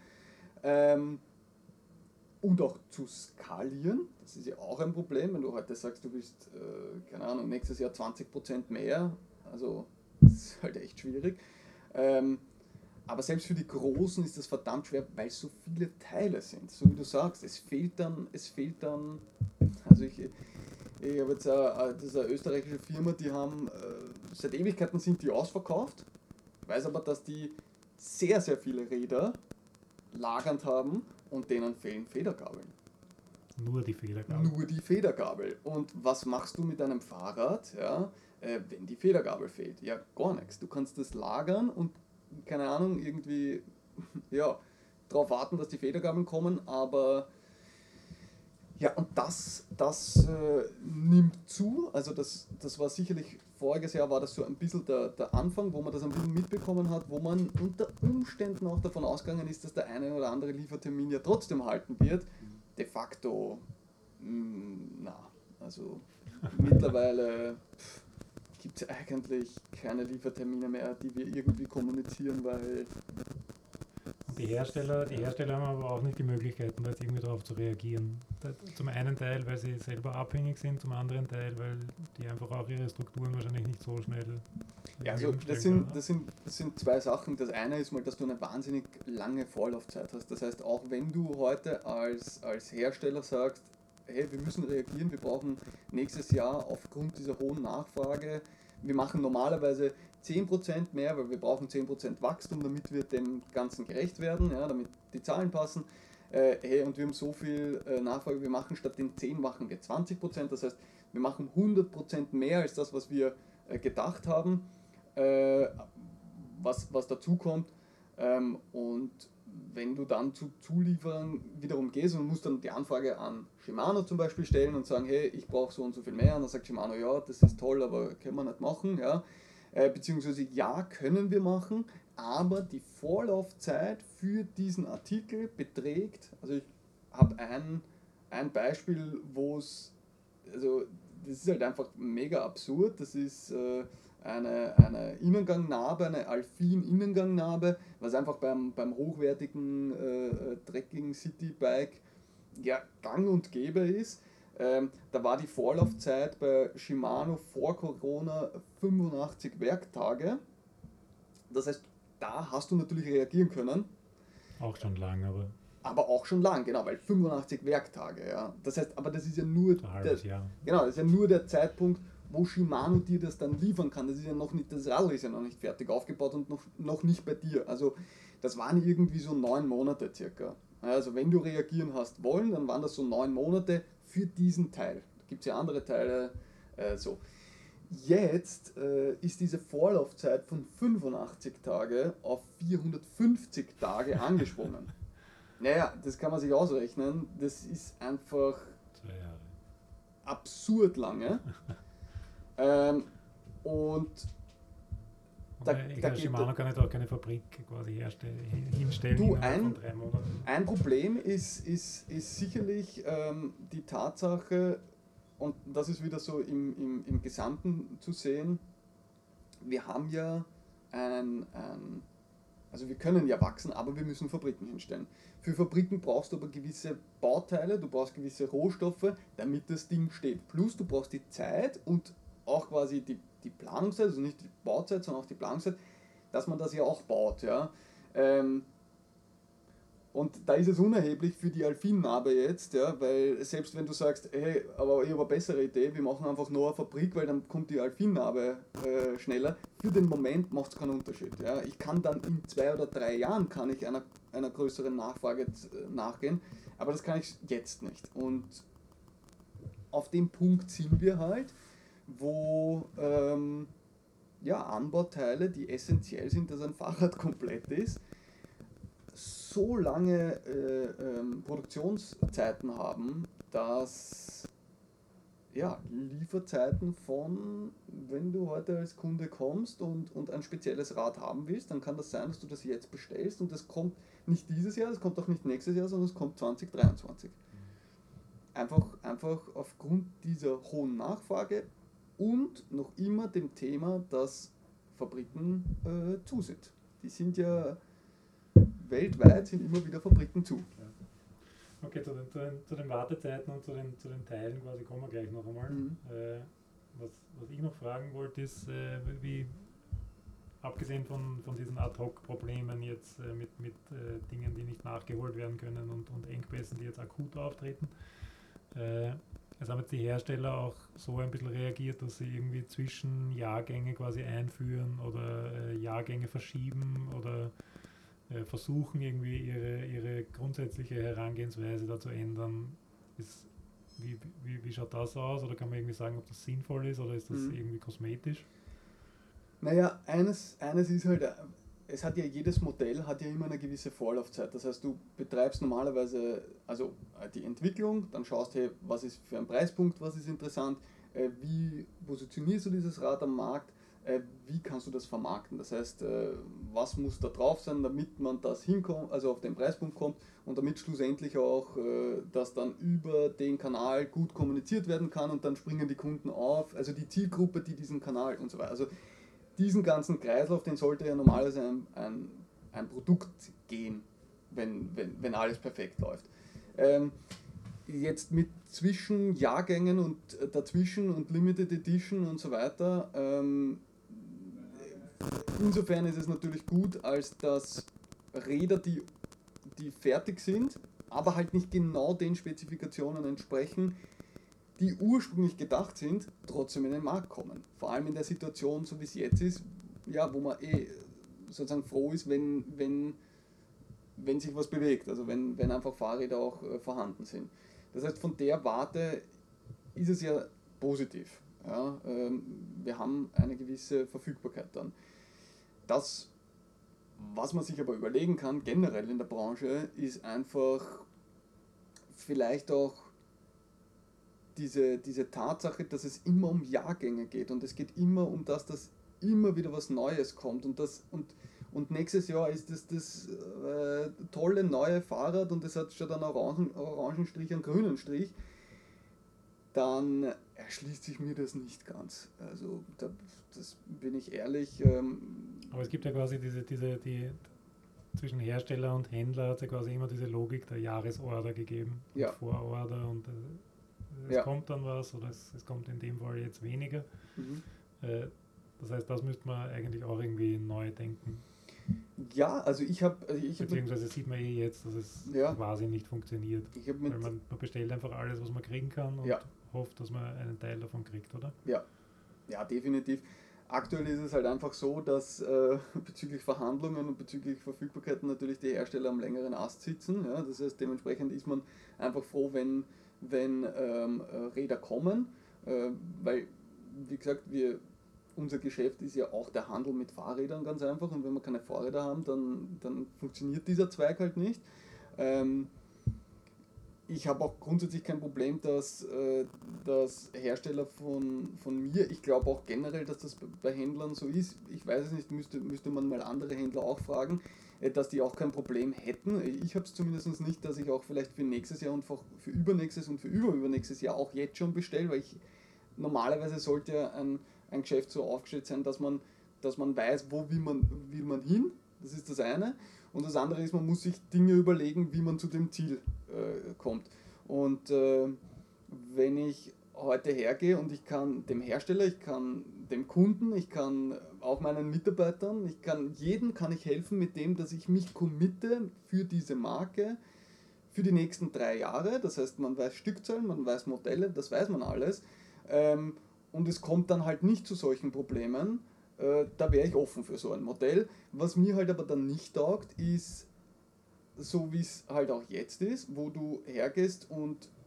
S2: Und auch zu skalieren, das ist ja auch ein Problem, wenn du heute sagst, du willst, keine Ahnung, nächstes Jahr 20% mehr, also das ist halt echt schwierig. Aber selbst für die Großen ist das verdammt schwer, weil es so viele Teile sind. So wie du sagst, es fehlt dann, also ich habe jetzt das ist eine österreichische Firma, die haben, seit Ewigkeiten sind die ausverkauft, weiß aber, dass die sehr, sehr viele Räder lagernd haben und denen fehlen Federgabeln.
S1: Nur die Federgabel.
S2: Nur die Federgabel. Und was machst du mit einem Fahrrad, ja, wenn die Federgabel fehlt? Ja, gar nichts. Du kannst das lagern und, keine Ahnung, irgendwie, ja, darauf warten, dass die Federgabeln kommen, aber ja, und das nimmt zu. Also das war sicherlich, voriges Jahr war das so ein bisschen der Anfang, wo man das ein bisschen mitbekommen hat, wo man unter Umständen auch davon ausgegangen ist, dass der eine oder andere Liefertermin ja trotzdem halten wird. De facto, also mittlerweile gibt es eigentlich keine Liefertermine mehr, die wir irgendwie kommunizieren, weil...
S1: Die Hersteller haben aber auch nicht die Möglichkeiten, da jetzt irgendwie darauf zu reagieren. Zum einen Teil, weil sie selber abhängig sind, zum anderen Teil, weil die einfach auch ihre Strukturen wahrscheinlich nicht so schnell...
S2: Ja, also das sind zwei Sachen. Das eine ist mal, dass du eine wahnsinnig lange Vorlaufzeit hast. Das heißt, auch wenn du heute als Hersteller sagst, hey, wir müssen reagieren, wir brauchen nächstes Jahr aufgrund dieser hohen Nachfrage, wir machen normalerweise 10% mehr, weil wir brauchen 10% Wachstum, damit wir dem Ganzen gerecht werden, ja, damit die Zahlen passen. Hey, und wir haben so viel Nachfrage, wir machen statt den 10 machen wir 20%, das heißt, wir machen 100% mehr als das, was wir gedacht haben, was dazu kommt. Und wenn du dann zu Zulieferern wiederum gehst und musst dann die Anfrage an Shimano zum Beispiel stellen und sagen, hey, ich brauche so und so viel mehr, und dann sagt Shimano, ja, das ist toll, aber können wir nicht machen, ja. Beziehungsweise ja, können wir machen, aber die Vorlaufzeit für diesen Artikel beträgt, also ich habe ein Beispiel, wo es, also das ist halt einfach mega absurd, das ist eine Innengangnarbe, eine Alpin-Innengangnarbe, was einfach beim hochwertigen Trekking City Bike ja gang und gäbe ist. Da war die Vorlaufzeit bei Shimano vor Corona 85 Werktage. Das heißt, da hast du natürlich reagieren können.
S1: Auch schon lang, aber...
S2: Aber auch schon lang, genau, weil 85 Werktage, ja. Das heißt, aber das ist ja nur das ist ja nur der Zeitpunkt, wo Shimano dir das dann liefern kann. Das ist ja noch nicht, das Radl ist ja noch nicht fertig aufgebaut und noch nicht bei dir. Also das waren irgendwie so 9 Monate circa. Also wenn du reagieren hast wollen, dann waren das so 9 Monate für diesen Teil. Da gibt es ja andere Teile so. Jetzt ist diese Vorlaufzeit von 85 Tage auf 450 Tage angesprungen. Naja, das kann man sich ausrechnen. Das ist einfach
S1: 2 Jahre.
S2: Absurd lange. Und
S1: Shimano kann jetzt auch keine Fabrik quasi hinstellen
S2: von 3 Monaten. Ein Problem ist sicherlich die Tatsache, und das ist wieder so im Gesamten zu sehen, wir haben ja also wir können ja wachsen, aber wir müssen Fabriken hinstellen. Für Fabriken brauchst du aber gewisse Bauteile, du brauchst gewisse Rohstoffe, damit das Ding steht. Plus du brauchst die Zeit und auch quasi die Planungszeit, also nicht die Bauzeit, sondern auch die Planungszeit, dass man das ja auch baut. Ja. Und da ist es unerheblich für die Alpin-Narbe jetzt, ja, weil selbst wenn du sagst, hey, aber ich habe eine bessere Idee, wir machen einfach nur eine Fabrik, weil dann kommt die Alpin-Narbe schneller, für den Moment macht es keinen Unterschied. Ja. Ich kann dann in 2 oder 3 Jahren kann ich einer größeren Nachfrage nachgehen, aber das kann ich jetzt nicht. Und auf dem Punkt sind wir halt, wo ja, Anbauteile, die essentiell sind, dass ein Fahrrad komplett ist, so lange Produktionszeiten haben, dass ja, Lieferzeiten von, wenn du heute als Kunde kommst und ein spezielles Rad haben willst, dann kann das sein, dass du das jetzt bestellst und das kommt nicht dieses Jahr, das kommt auch nicht nächstes Jahr, sondern es kommt 2023. Einfach aufgrund dieser hohen Nachfrage und noch immer dem Thema, dass Fabriken zu sind. Die sind ja weltweit, sind immer wieder Fabriken zu.
S1: Okay, zu den Wartezeiten und zu den Teilen quasi kommen wir gleich noch einmal. Was ich noch fragen wollte, ist, wie, abgesehen von diesen Ad-Hoc-Problemen jetzt mit Dingen, die nicht nachgeholt werden können und Engpässen, die jetzt akut auftreten, es haben jetzt die Hersteller auch so ein bisschen reagiert, dass sie irgendwie Zwischenjahrgänge quasi einführen oder Jahrgänge verschieben oder versuchen irgendwie ihre grundsätzliche Herangehensweise da zu ändern. Wie schaut das aus? Oder kann man irgendwie sagen, ob das sinnvoll ist oder ist das irgendwie kosmetisch?
S2: Naja, eines ist halt, es hat ja jedes Modell hat ja immer eine gewisse Vorlaufzeit. Das heißt, du betreibst normalerweise also die Entwicklung, dann schaust, hey, was ist für ein Preispunkt, was ist interessant, wie positionierst du dieses Rad am Markt, wie kannst du das vermarkten. Das heißt, was muss da drauf sein, damit man das hinkommt, also auf den Preispunkt kommt und damit schlussendlich auch das dann über den Kanal gut kommuniziert werden kann und dann springen die Kunden auf, also die Zielgruppe, die diesen Kanal und so weiter. Also diesen ganzen Kreislauf, den sollte ja normalerweise ein Produkt gehen, wenn alles perfekt läuft. Jetzt mit Zwischenjahrgängen und dazwischen und Limited Edition und so weiter, insofern ist es natürlich gut, als dass Räder, die fertig sind, aber halt nicht genau den Spezifikationen entsprechen, die ursprünglich gedacht sind, trotzdem in den Markt kommen. Vor allem in der Situation, so wie es jetzt ist, ja, wo man sozusagen froh ist, wenn sich was bewegt, also wenn einfach Fahrräder auch vorhanden sind. Das heißt, von der Warte ist es ja positiv. Ja, wir haben eine gewisse Verfügbarkeit dann. Das, was man sich aber überlegen kann, generell in der Branche, ist einfach vielleicht auch diese Tatsache, dass es immer um Jahrgänge geht und es geht immer um das, dass immer wieder was Neues kommt und nächstes Jahr ist das tolle neue Fahrrad und es hat schon einen orangen Strich, einen grünen Strich, dann erschließt sich mir das nicht ganz. Also das bin ich ehrlich.
S1: Aber es gibt ja quasi die zwischen Hersteller und Händler hat es ja quasi immer diese Logik der Jahresorder gegeben.
S2: Ja.
S1: Und Vororder und es kommt dann was oder es kommt in dem Fall jetzt weniger. Das heißt, das müsste man eigentlich auch irgendwie neu denken.
S2: Ja, also ich habe...
S1: Beziehungsweise sieht man jetzt, dass es quasi nicht funktioniert. Weil man bestellt einfach alles, was man kriegen kann und hofft, dass man einen Teil davon kriegt, oder?
S2: Ja, definitiv. Aktuell ist es halt einfach so, dass bezüglich Verhandlungen und bezüglich Verfügbarkeiten natürlich die Hersteller am längeren Ast sitzen. Ja? Das heißt, dementsprechend ist man einfach froh, wenn Räder kommen, weil, wie gesagt, unser Geschäft ist ja auch der Handel mit Fahrrädern ganz einfach und wenn wir keine Fahrräder haben, dann funktioniert dieser Zweig halt nicht. Ich habe auch grundsätzlich kein Problem, dass Hersteller von mir, ich glaube auch generell, dass das bei Händlern so ist, ich weiß es nicht, müsste man mal andere Händler auch fragen, dass die auch kein Problem hätten. Ich habe es zumindest nicht, dass ich auch vielleicht für nächstes Jahr und für übernächstes und für übernächstes Jahr auch jetzt schon bestelle, weil normalerweise sollte ja ein Geschäft so aufgestellt sein, dass man weiß, wo will man hin, das ist das eine. Und das andere ist, man muss sich Dinge überlegen, wie man zu dem Ziel kommt. Und wenn ich heute hergehe und ich kann dem Hersteller, ich kann dem Kunden, ich kann auch meinen Mitarbeitern, jedem kann ich helfen mit dem, dass ich mich committe für diese Marke für die nächsten 3 Jahre. Das heißt, man weiß Stückzahlen, man weiß Modelle, das weiß man alles. Und es kommt dann halt nicht zu solchen Problemen. Da wäre ich offen für so ein Modell. Was mir halt aber dann nicht taugt, ist so wie es halt auch jetzt ist, wo du hergehst und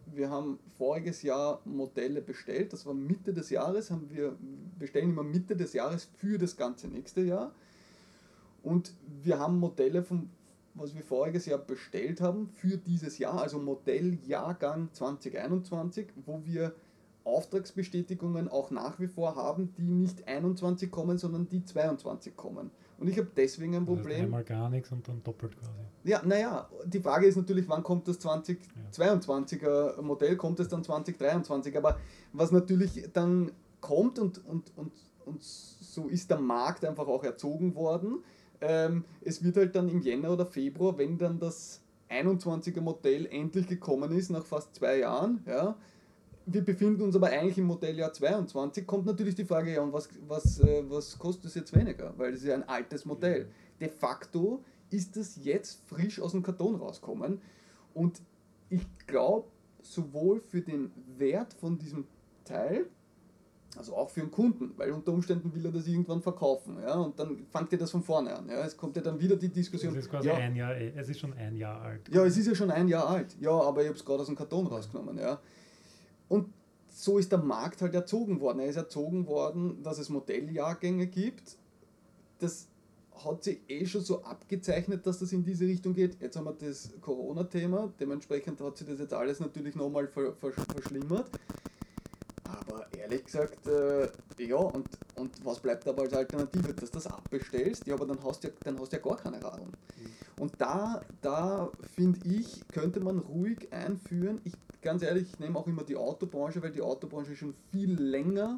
S2: wir haben voriges Jahr Modelle bestellt, das war Mitte des Jahres, wir bestellen immer Mitte des Jahres für das ganze nächste Jahr. Und wir haben Modelle, was wir voriges Jahr bestellt haben, für dieses Jahr, also Modelljahrgang 2021, wo wir Auftragsbestätigungen auch nach wie vor haben, die nicht 21 kommen, sondern die 22 kommen. Und ich habe deswegen ein Problem.
S1: Also einmal gar nichts und dann doppelt quasi.
S2: Ja, naja, die Frage ist natürlich, wann kommt das 2022er Modell, kommt es dann 2023? Aber was natürlich dann kommt und so ist der Markt einfach auch erzogen worden, es wird halt dann im Jänner oder Februar, wenn dann das 21er Modell endlich gekommen ist, nach fast 2 Jahren, ja, wir befinden uns aber eigentlich im Modelljahr 22, kommt natürlich die Frage, ja, und was kostet es jetzt weniger? Weil das ist ja ein altes Modell. De facto ist das jetzt frisch aus dem Karton rauskommen und ich glaube, sowohl für den Wert von diesem Teil, also auch für den Kunden, weil unter Umständen will er das irgendwann verkaufen, ja, und dann fängt er das von vorne an, ja, es kommt ja dann wieder die Diskussion.
S1: Es ist quasi es ist schon ein Jahr alt.
S2: Ja, es ist ja schon 1 Jahr alt, ja, aber ich habe es gerade aus dem Karton rausgenommen, ja. Und so ist der Markt halt erzogen worden. Er ist erzogen worden, dass es Modelljahrgänge gibt. Das hat sich schon so abgezeichnet, dass das in diese Richtung geht. Jetzt haben wir das Corona-Thema, dementsprechend hat sich das jetzt alles natürlich nochmal verschlimmert. Aber ehrlich gesagt, ja, und was bleibt aber als Alternative? Dass du das abbestellst, ja, aber dann hast du ja gar keine Radeln. Und da finde ich, könnte man ruhig einführen. Ganz ehrlich, ich nehme auch immer die Autobranche, weil die Autobranche schon viel länger,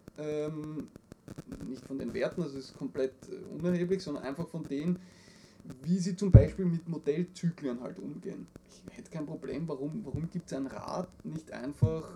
S2: nicht von den Werten, also es ist komplett unerheblich, sondern einfach von denen, wie sie zum Beispiel mit Modellzyklen halt umgehen. Ich hätte kein Problem, warum gibt es ein Rad nicht einfach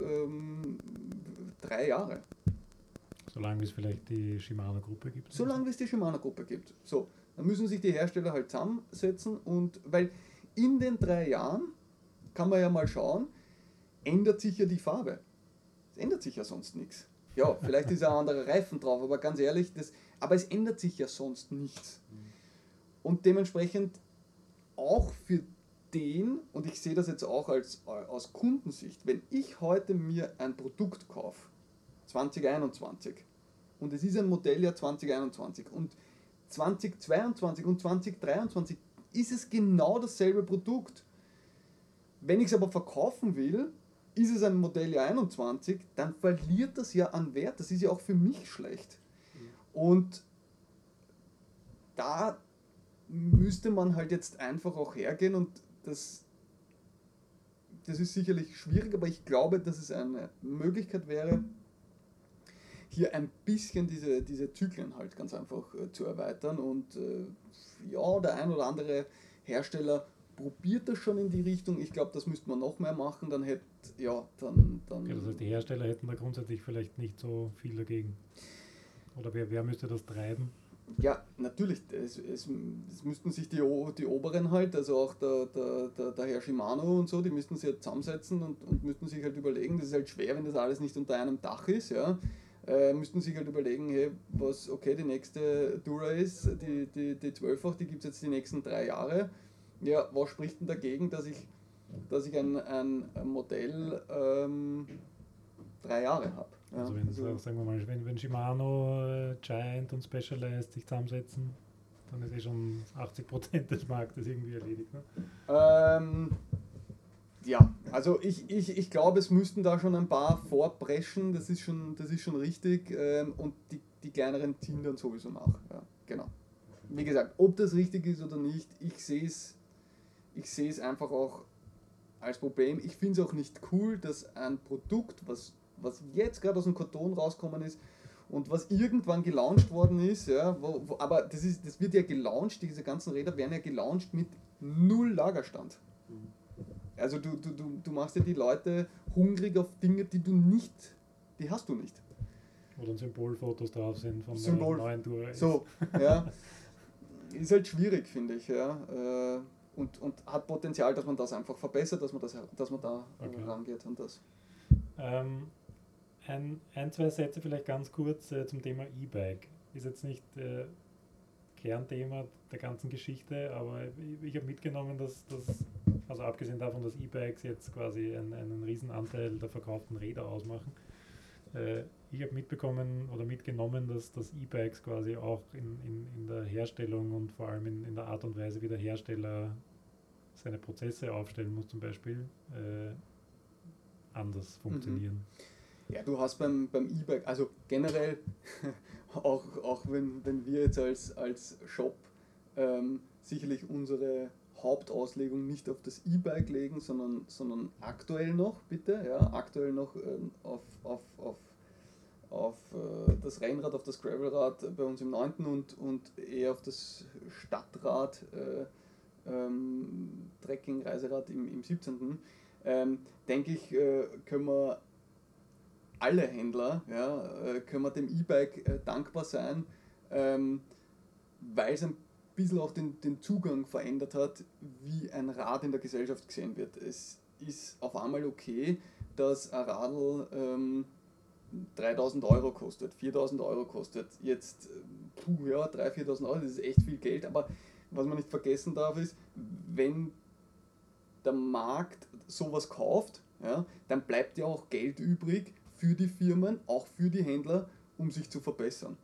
S2: 3 Jahre?
S1: Solange es vielleicht die Shimano-Gruppe gibt.
S2: Solange es die Shimano-Gruppe gibt. So, dann müssen sich die Hersteller halt zusammensetzen und, weil in den 3 Jahren kann man ja mal schauen, ändert sich ja die Farbe. Es ändert sich ja sonst nichts. Ja, vielleicht ist ein anderer Reifen drauf, aber ganz ehrlich, aber es ändert sich ja sonst nichts. Und dementsprechend auch für den, und ich sehe das jetzt auch aus Kundensicht, wenn ich heute mir ein Produkt kaufe, 2021, und es ist ein Modelljahr 2021, und 2022 und 2023 ist es genau dasselbe Produkt. Wenn ich es aber verkaufen will, ist es ein Modelljahr 21, dann verliert das ja an Wert. Das ist ja auch für mich schlecht. Und da müsste man halt jetzt einfach auch hergehen und das ist sicherlich schwierig, aber ich glaube, dass es eine Möglichkeit wäre, hier ein bisschen diese Zyklen halt ganz einfach zu erweitern und ja, der ein oder andere Hersteller probiert das schon in die Richtung. Ich glaube, das müsste man noch mehr machen, dann hätte, ja, dann...
S1: Ja, das heißt, die Hersteller hätten da grundsätzlich vielleicht nicht so viel dagegen. Oder wer müsste das treiben?
S2: Ja, natürlich, es müssten sich die Oberen halt, also auch der Herr Shimano und so, die müssten sich halt zusammensetzen und müssten sich halt überlegen, das ist halt schwer, wenn das alles nicht unter einem Dach ist, ja, müssten sich halt überlegen, hey, die nächste Dura ist, die 12-fach, die gibt es jetzt die nächsten 3 Jahre, ja, was spricht denn dagegen, dass ich ein Modell 3 Jahre habe? Ja,
S1: also sagen wir mal, wenn Shimano, Giant und Specialized sich zusammensetzen, dann ist schon 80% des Marktes irgendwie erledigt. Ne?
S2: Ja, also ich glaube, es müssten da schon ein paar vorpreschen, das ist schon richtig, und die kleineren ziehen dann sowieso nach. Ja, genau. Wie gesagt, ob das richtig ist oder nicht, ich sehe es einfach auch als Problem. Ich finde es auch nicht cool, dass ein Produkt, was jetzt gerade aus dem Karton rausgekommen ist und was irgendwann gelauncht worden ist, ja, aber das wird ja gelauncht, diese ganzen Räder werden ja gelauncht mit 0 Lagerstand. Also du machst ja die Leute hungrig auf Dinge, die hast du nicht.
S1: Wo dann Symbolfotos drauf sind von der neuen Tour.
S2: So, ja. Ist halt schwierig, finde ich, ja. Und hat Potenzial, dass man das einfach verbessert, dass man da rangeht und das.
S1: Zwei Sätze vielleicht ganz kurz zum Thema E-Bike. Ist jetzt nicht Kernthema der ganzen Geschichte, aber ich habe mitgenommen, dass Also abgesehen davon, dass E-Bikes jetzt quasi einen Riesenanteil der verkauften Räder ausmachen. Ich habe mitbekommen oder mitgenommen, dass E-Bikes quasi auch in der Herstellung und vor allem in der Art und Weise, wie der Hersteller seine Prozesse aufstellen muss, zum Beispiel, anders funktionieren.
S2: Ja, du hast beim E-Bike, also generell, auch wenn wir jetzt als Shop sicherlich unsere Hauptauslegung nicht auf das E-Bike legen, sondern aktuell noch, bitte, ja, aktuell noch auf das Rennrad, auf das Gravelrad bei uns im 9. und eher auf das Stadtrad, Trekking-Reiserad im 17. Denke ich, können wir alle Händler, ja, können wir dem E-Bike dankbar sein, weil es ein bisschen auch den Zugang verändert hat, wie ein Rad in der Gesellschaft gesehen wird. Es ist auf einmal okay, dass ein Radl 3.000 Euro kostet, 4.000 Euro kostet. Jetzt, ja, 3.000, 4.000 Euro, das ist echt viel Geld, aber was man nicht vergessen darf ist, wenn der Markt sowas kauft, ja, dann bleibt ja auch Geld übrig für die Firmen, auch für die Händler, um sich zu verbessern.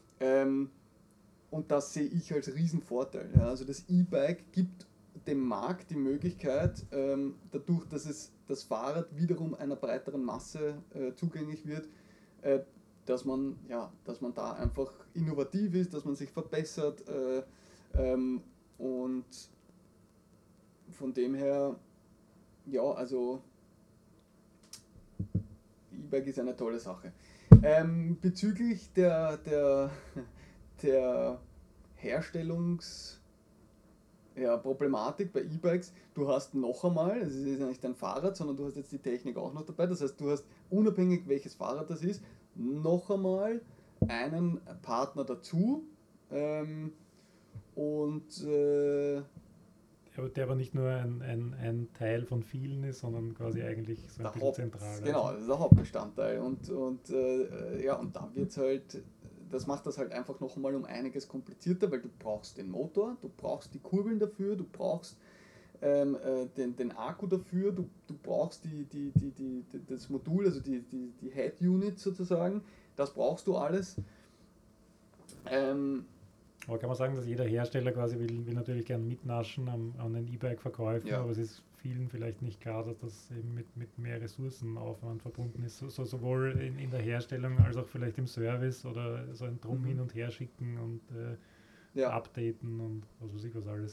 S2: Und das sehe ich als Riesenvorteil. Ja. Also das E-Bike gibt dem Markt die Möglichkeit, dadurch, dass es das Fahrrad wiederum einer breiteren Masse zugänglich wird, dass man da einfach innovativ ist, dass man sich verbessert und von dem her, ja, also E-Bike ist eine tolle Sache. Bezüglich der Problematik bei E-Bikes, du hast noch einmal, es ist ja nicht dein Fahrrad, sondern du hast jetzt die Technik auch noch dabei, das heißt, du hast unabhängig welches Fahrrad das ist, noch einmal einen Partner dazu und
S1: Der aber nicht nur ein Teil von vielen ist, sondern quasi eigentlich so ein bisschen zentral.
S2: Genau, das ist der Hauptbestandteil und da wird es halt, das macht das halt einfach noch einmal um einiges komplizierter, weil du brauchst den Motor, du brauchst die Kurbeln dafür, du brauchst den Akku dafür, du brauchst das Modul, also die Head Unit sozusagen, das brauchst du alles.
S1: Aber kann man sagen, dass jeder Hersteller quasi will natürlich gern mitnaschen an den E-Bike-Verkäufen,
S2: Ja.
S1: aber es ist vielen vielleicht nicht klar, dass das eben mit mehr Ressourcenaufwand verbunden ist, sowohl in der Herstellung als auch vielleicht im Service oder so ein Drum hin und her schicken und updaten und was weiß ich was alles.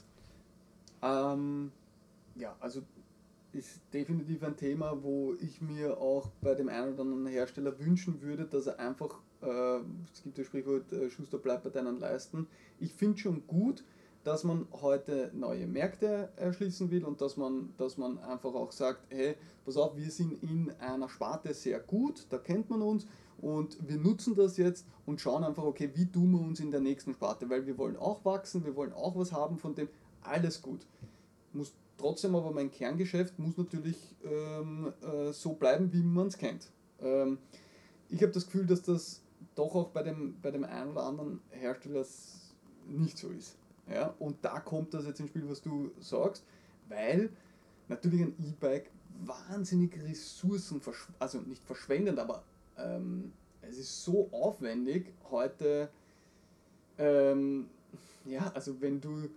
S2: Also ist definitiv ein Thema, wo ich mir auch bei dem einen oder anderen Hersteller wünschen würde, dass er einfach, es gibt das Sprichwort, Schuster bleibt bei deinen Leisten. Ich finde schon gut, dass man heute neue Märkte erschließen will und dass man einfach auch sagt, hey, pass auf, wir sind in einer Sparte sehr gut, da kennt man uns und wir nutzen das jetzt und schauen einfach, okay, wie tun wir uns in der nächsten Sparte, weil wir wollen auch wachsen, wir wollen auch was haben von dem, alles gut. Muss trotzdem aber mein Kerngeschäft muss natürlich so bleiben, wie man es kennt. Ich habe das Gefühl, dass das doch auch bei dem einen oder anderen Hersteller nicht so ist. Ja? Und da kommt das jetzt ins Spiel, was du sagst, weil natürlich ein E-Bike wahnsinnig Ressourcen, also nicht verschwendet, aber es ist so aufwendig heute, also wenn du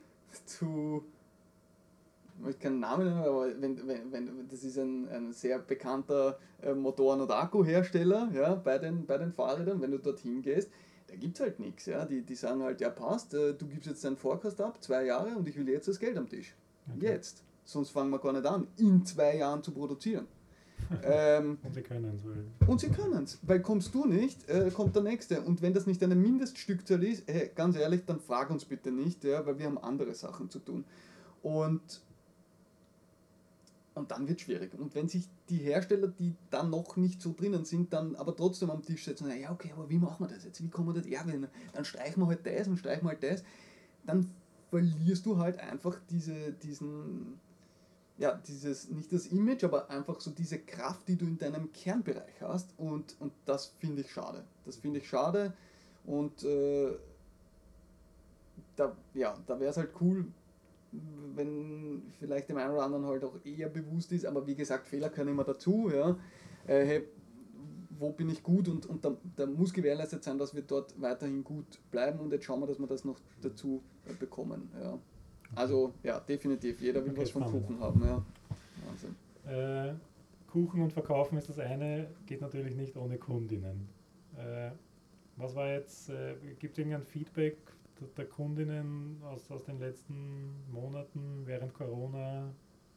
S2: ich möchte keinen Namen nennen, aber das ist ein sehr bekannter Motoren- und Akkuhersteller, ja, bei den Fahrrädern, wenn du dorthin gehst, da gibt es halt nichts. Ja. Die sagen halt, ja passt, du gibst jetzt deinen Forecast ab, 2 Jahre und ich will jetzt das Geld am Tisch. Okay. Jetzt. Sonst fangen wir gar nicht an, in 2 Jahren zu produzieren.
S1: Und sie können es.
S2: Und sie können es, weil kommst du nicht, kommt der Nächste. Und wenn das nicht eine Mindeststückzahl ist, ganz ehrlich, dann frag uns bitte nicht, ja, weil wir haben andere Sachen zu tun. Und dann wird es schwierig. Und wenn sich die Hersteller, die dann noch nicht so drinnen sind, dann aber trotzdem am Tisch setzen, ja okay, aber wie machen wir das jetzt? Wie kommen wir das? Ja, dann streichen wir halt das und streichen wir halt das. Dann verlierst du halt einfach nicht das Image, aber einfach so diese Kraft, die du in deinem Kernbereich hast. Und das finde ich schade. Das finde ich schade. Und da wäre es halt cool, wenn vielleicht dem einen oder anderen halt auch eher bewusst ist, aber wie gesagt, Fehler können immer dazu, ja. Hey, wo bin ich gut und da muss gewährleistet sein, dass wir dort weiterhin gut bleiben und jetzt schauen wir, dass wir das noch dazu bekommen. Ja. Also ja, definitiv, jeder will was vom Kuchen haben. Ja.
S1: Wahnsinn. Kuchen und Verkaufen ist das eine, geht natürlich nicht ohne Kundinnen. Was war jetzt, gibt es irgendein Feedback der Kundinnen aus den letzten Monaten während Corona?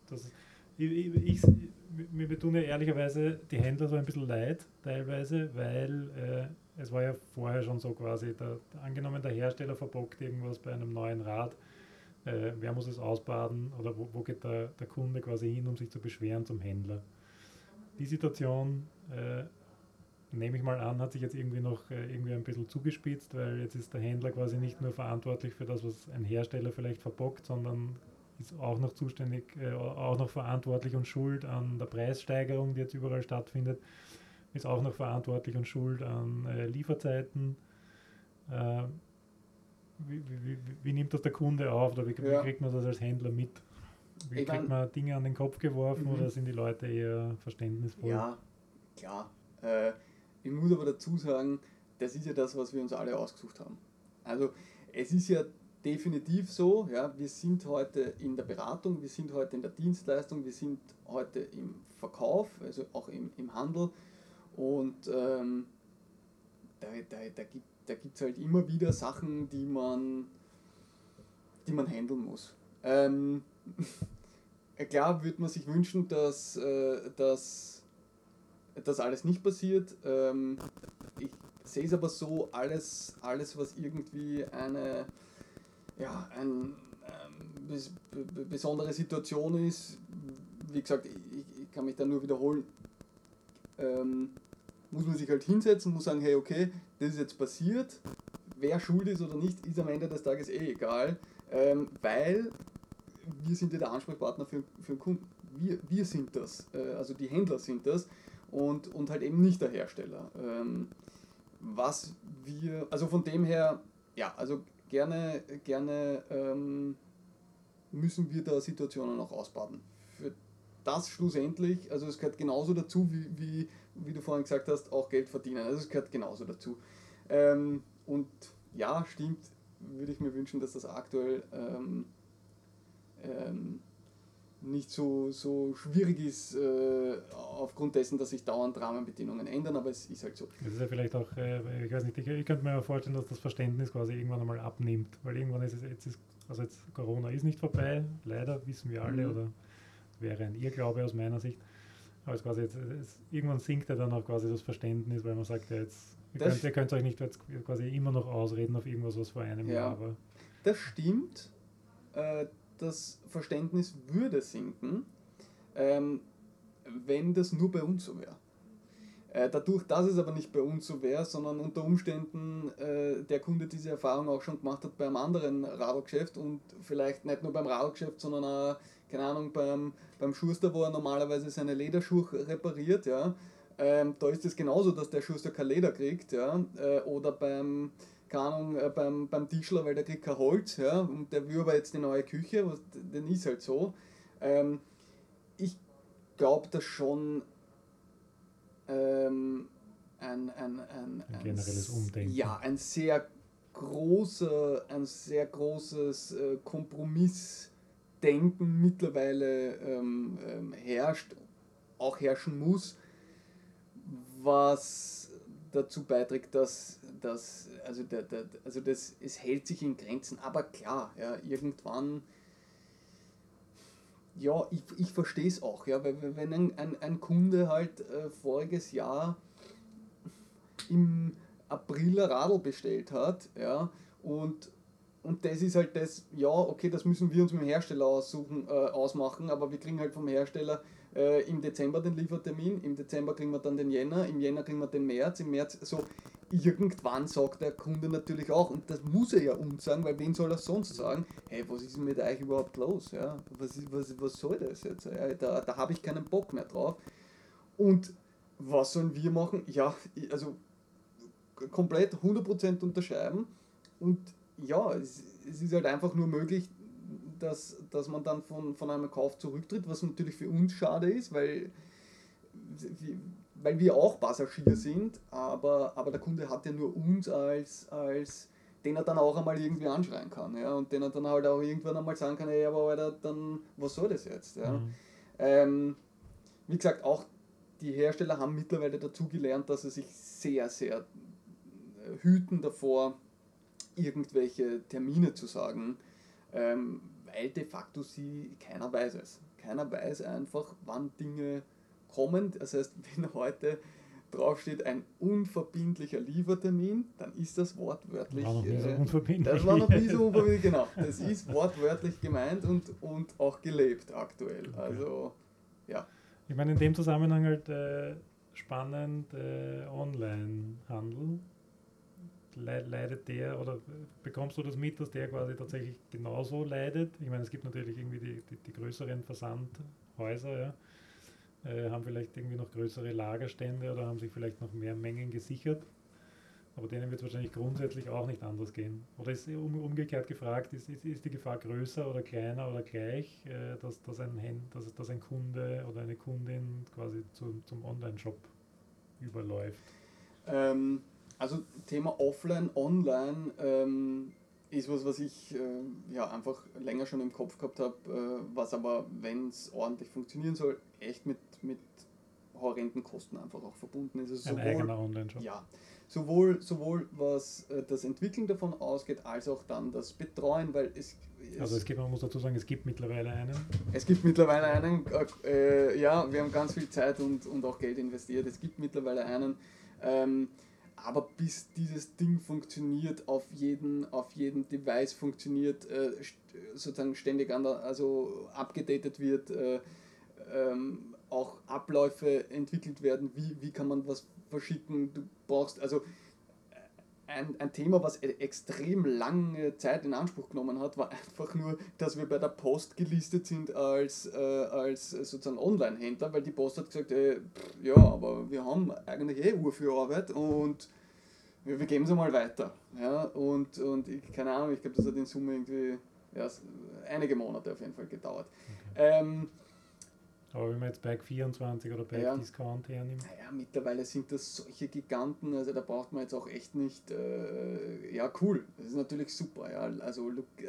S1: Mir tun ja ehrlicherweise die Händler so ein bisschen leid teilweise, weil es war ja vorher schon so quasi, angenommen der Hersteller verbockt irgendwas bei einem neuen Rad, wer muss es ausbaden oder wo geht der Kunde quasi hin, um sich zu beschweren zum Händler? Die Situation, nehme ich mal an, hat sich jetzt irgendwie noch irgendwie ein bisschen zugespitzt, weil jetzt ist der Händler quasi nicht nur verantwortlich für das, was ein Hersteller vielleicht verbockt, sondern ist auch noch zuständig, auch noch verantwortlich und schuld an der Preissteigerung, die jetzt überall stattfindet, ist auch noch verantwortlich und schuld an Lieferzeiten. Wie nimmt das der Kunde auf oder wie kriegt man das als Händler mit? Wie kriegt man Dinge an den Kopf geworfen oder sind die Leute eher verständnisvoll?
S2: Ja, klar. Ich muss aber dazu sagen, das ist ja das, was wir uns alle ausgesucht haben. Also es ist ja definitiv so, ja, wir sind heute in der Beratung, wir sind heute in der Dienstleistung, wir sind heute im Verkauf, also auch im Handel und da gibt es halt immer wieder Sachen, die man handeln muss. Klar würde man sich wünschen, dass das alles nicht passiert. Ich sehe es aber so, alles was irgendwie eine besondere Situation ist, wie gesagt, ich kann mich da nur wiederholen, muss man sich halt hinsetzen, muss sagen, hey, okay, das ist jetzt passiert, wer schuld ist oder nicht, ist am Ende des Tages egal, weil wir sind ja der Ansprechpartner für den Kunden. Wir sind das, also die Händler sind das und halt eben nicht der Hersteller. Also von dem her, ja, also gerne müssen wir da Situationen auch ausbaden. Für das schlussendlich, also es gehört genauso dazu, wie du vorhin gesagt hast, auch Geld verdienen. Also es gehört genauso dazu. Und ja, stimmt, würde ich mir wünschen, dass das aktuell nicht so schwierig ist, aufgrund dessen, dass sich dauernd Rahmenbedingungen ändern, aber es ist halt so.
S1: Das ist ja vielleicht auch, ich weiß nicht, ich könnte mir vorstellen, dass das Verständnis quasi irgendwann einmal abnimmt, weil irgendwann ist es, jetzt Corona ist nicht vorbei, leider, wissen wir alle, oder wäre ein Irrglaube aus meiner Sicht, aber es quasi irgendwann sinkt ja dann auch quasi das Verständnis, weil man sagt, ja jetzt, ihr könnt euch nicht jetzt quasi immer noch ausreden auf irgendwas, was vor einem Jahr war.
S2: Das stimmt, das Verständnis würde sinken, wenn das nur bei uns so wäre. Dadurch, dass es aber nicht bei uns so wäre, sondern unter Umständen der Kunde diese Erfahrung auch schon gemacht hat bei einem anderen Radlgeschäft und vielleicht nicht nur beim Radlgeschäft, sondern auch, keine Ahnung, beim Schuster, wo er normalerweise seine Lederschuhe repariert, ja, da ist es genauso, dass der Schuster kein Leder kriegt, ja, oder beim Tischler, weil der kriegt kein Holz, ja, und der will aber jetzt die neue Küche, dann ist halt so. Ich glaube, dass schon ein
S1: generelles Umdenken.
S2: Ja, ein sehr großes Kompromissdenken mittlerweile herrscht, auch herrschen muss, was dazu beiträgt, dass es hält sich in Grenzen, aber klar, ja, irgendwann, ja, ich verstehe es auch, ja, weil wenn ein Kunde halt voriges Jahr im April ein Radl bestellt hat, ja, und das ist halt das, ja, okay, das müssen wir uns mit dem Hersteller ausmachen, aber wir kriegen halt vom Hersteller im Dezember den Liefertermin, im Dezember kriegen wir dann den Jänner, im Jänner kriegen wir den März, im März, so, irgendwann sagt der Kunde natürlich auch, und das muss er ja uns sagen, weil wen soll er sonst sagen, hey, was ist denn mit euch überhaupt los, ja, was soll das jetzt, ja? Da habe ich keinen Bock mehr drauf. Und was sollen wir machen? Ja, also komplett 100% unterschreiben und ja, es ist halt einfach nur möglich, dass man dann von einem Kauf zurücktritt, was natürlich für uns schade ist, weil wir auch Passagier sind, aber der Kunde hat ja nur uns als den er dann auch einmal irgendwie anschreien kann, ja, und den er dann halt auch irgendwann einmal sagen kann, ey, aber Alter, dann, was soll das jetzt, ja. Wie gesagt, auch die Hersteller haben mittlerweile dazu gelernt, dass sie sich sehr, sehr hüten davor, irgendwelche Termine zu sagen, weil de facto keiner weiß es. Keiner weiß einfach, wann Dinge kommen. Das heißt, wenn heute draufsteht ein unverbindlicher Liefertermin, dann ist das wortwörtlich.
S1: War noch nie so unverbindlich.
S2: Das war noch nie so unverbindlich, genau. Das ist wortwörtlich gemeint und auch gelebt aktuell.
S1: Okay.
S2: Also, ja.
S1: Ich meine, in dem Zusammenhang halt spannend Online-Handel. Leidet der oder bekommst du das mit, dass der quasi tatsächlich genauso leidet? Ich meine, es gibt natürlich irgendwie die größeren Versandhäuser, ja, haben vielleicht irgendwie noch größere Lagerstände oder haben sich vielleicht noch mehr Mengen gesichert, aber denen wird es wahrscheinlich grundsätzlich auch nicht anders gehen. Oder ist umgekehrt gefragt, ist die Gefahr größer oder kleiner oder gleich, dass ein Kunde oder eine Kundin quasi zum Online-Shop überläuft?
S2: Also Thema Offline, Online ist was ich einfach länger schon im Kopf gehabt habe, was aber, wenn es ordentlich funktionieren soll, echt mit horrenden Kosten einfach auch verbunden ist. Also
S1: ein eigener Online-Shop.
S2: Ja, sowohl was das Entwickeln davon ausgeht, als auch dann das Betreuen, weil
S1: man muss dazu sagen, es gibt mittlerweile einen.
S2: Es gibt mittlerweile einen, ja, wir haben ganz viel Zeit und auch Geld investiert, es gibt mittlerweile einen, aber bis dieses Ding funktioniert, auf jedem Device funktioniert, sozusagen ständig also abgedatet wird, auch Abläufe entwickelt werden, wie kann man was verschicken, du brauchst, also ein Thema, was extrem lange Zeit in Anspruch genommen hat, war einfach nur, dass wir bei der Post gelistet sind als sozusagen Online-Händler, weil die Post hat gesagt, ja, aber wir haben eigentlich Uhr für Arbeit und wir geben sie mal weiter. Ja, und keine Ahnung, ich glaube, das hat in Summe irgendwie einige Monate auf jeden Fall gedauert.
S1: Okay. Aber wenn man jetzt Bike 24 oder Bike Discount hernimmt?
S2: Naja, mittlerweile sind das solche Giganten, also da braucht man jetzt auch echt nicht, cool, das ist natürlich super, ja, also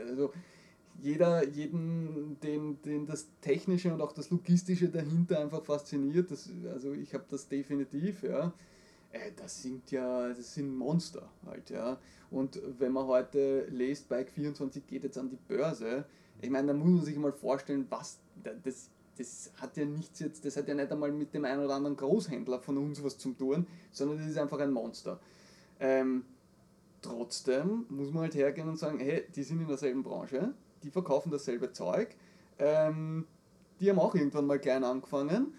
S2: jeden, den das Technische und auch das Logistische dahinter einfach fasziniert, also ich habe das definitiv, ja, das sind Monster halt, ja, und wenn man heute liest, Bike 24 geht jetzt an die Börse, ich meine, da muss man sich mal vorstellen, was das hat ja nicht einmal mit dem einen oder anderen Großhändler von uns was zu tun, sondern das ist einfach ein Monster. Trotzdem muss man halt hergehen und sagen, hey, die sind in derselben Branche, die verkaufen dasselbe Zeug, die haben auch irgendwann mal klein angefangen.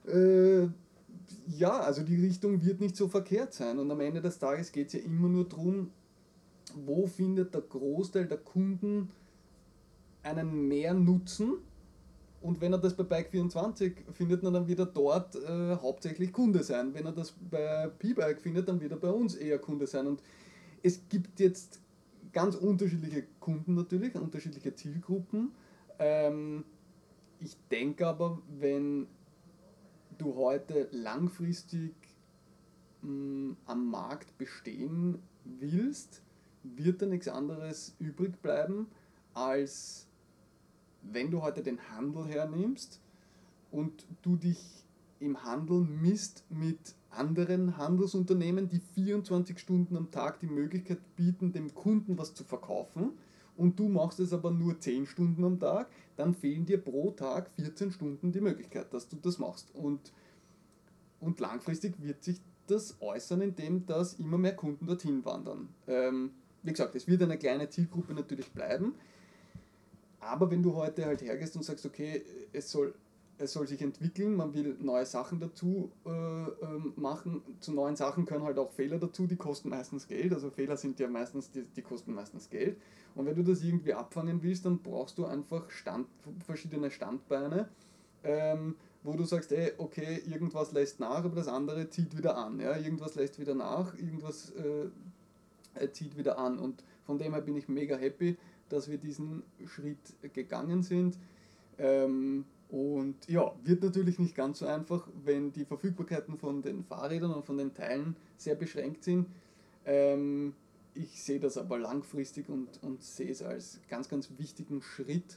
S2: Ja, also die Richtung wird nicht so verkehrt sein und am Ende des Tages geht es ja immer nur darum, wo findet der Großteil der Kunden einen mehr Nutzen. Und wenn er das bei Bike24 findet, dann wird er dort hauptsächlich Kunde sein. Wenn er das bei P-Bike findet, dann wird er bei uns eher Kunde sein. Und es gibt jetzt ganz unterschiedliche Kunden natürlich, unterschiedliche Zielgruppen. Ich denke aber, wenn du heute langfristig am Markt bestehen willst, wird da nichts anderes übrig bleiben, als wenn du heute den Handel hernimmst und du dich im Handel misst mit anderen Handelsunternehmen, die 24 Stunden am Tag die Möglichkeit bieten, dem Kunden was zu verkaufen, und du machst es aber nur 10 Stunden am Tag, dann fehlen dir pro Tag 14 Stunden die Möglichkeit, dass du das machst. Und langfristig wird sich das äußern, indem dass immer mehr Kunden dorthin wandern. Wie gesagt, es wird eine kleine Zielgruppe natürlich bleiben, aber wenn du heute halt hergehst und sagst, okay, es soll sich entwickeln, man will neue Sachen dazu machen, zu neuen Sachen können halt auch Fehler dazu, die kosten meistens Geld, also Fehler sind ja meistens, die kosten meistens Geld, und wenn du das irgendwie abfangen willst, dann brauchst du einfach verschiedene Standbeine, wo du sagst, okay, irgendwas lässt nach, aber das andere zieht wieder an, ja? Irgendwas lässt wieder nach, irgendwas zieht wieder an, und von dem her bin ich mega happy, dass wir diesen Schritt gegangen sind. Und ja, wird natürlich nicht ganz so einfach, wenn die Verfügbarkeiten von den Fahrrädern und von den Teilen sehr beschränkt sind. Ich sehe das aber langfristig und sehe es als ganz, ganz wichtigen Schritt,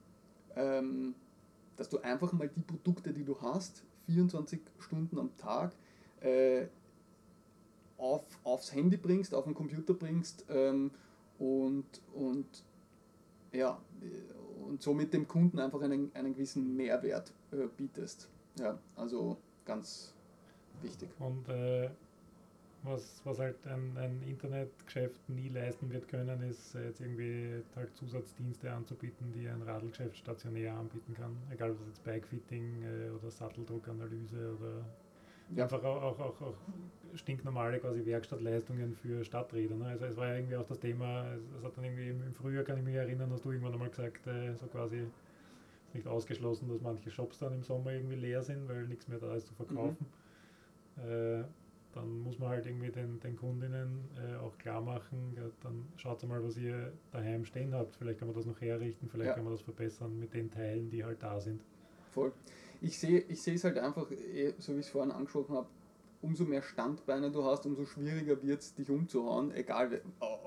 S2: dass du einfach mal die Produkte, die du hast, 24 Stunden am Tag aufs Handy bringst, auf den Computer bringst und ja, und somit dem Kunden einfach einen gewissen Mehrwert bietest. Ja, also ganz wichtig.
S1: Und was halt ein Internetgeschäft nie leisten wird können, ist jetzt irgendwie halt Zusatzdienste anzubieten, die ein Radlgeschäft stationär anbieten kann. Egal ob das jetzt Bikefitting oder Satteldruckanalyse oder einfach auch stinknormale quasi Werkstattleistungen für Stadträder. Ne? Also es war ja irgendwie auch das Thema, es hat dann irgendwie im Frühjahr, kann ich mich erinnern, hast du irgendwann einmal gesagt, so quasi nicht ausgeschlossen, dass manche Shops dann im Sommer irgendwie leer sind, weil nichts mehr da ist zu verkaufen. Dann muss man halt irgendwie den Kundinnen auch klar machen, ja, dann schaut mal, was ihr daheim stehen habt. Vielleicht kann man das noch herrichten, vielleicht kann man das verbessern mit den Teilen, die halt da sind.
S2: Voll. Ich sehe es halt einfach, so wie ich es vorhin angesprochen habe, umso mehr Standbeine du hast, umso schwieriger wird es, dich umzuhauen, egal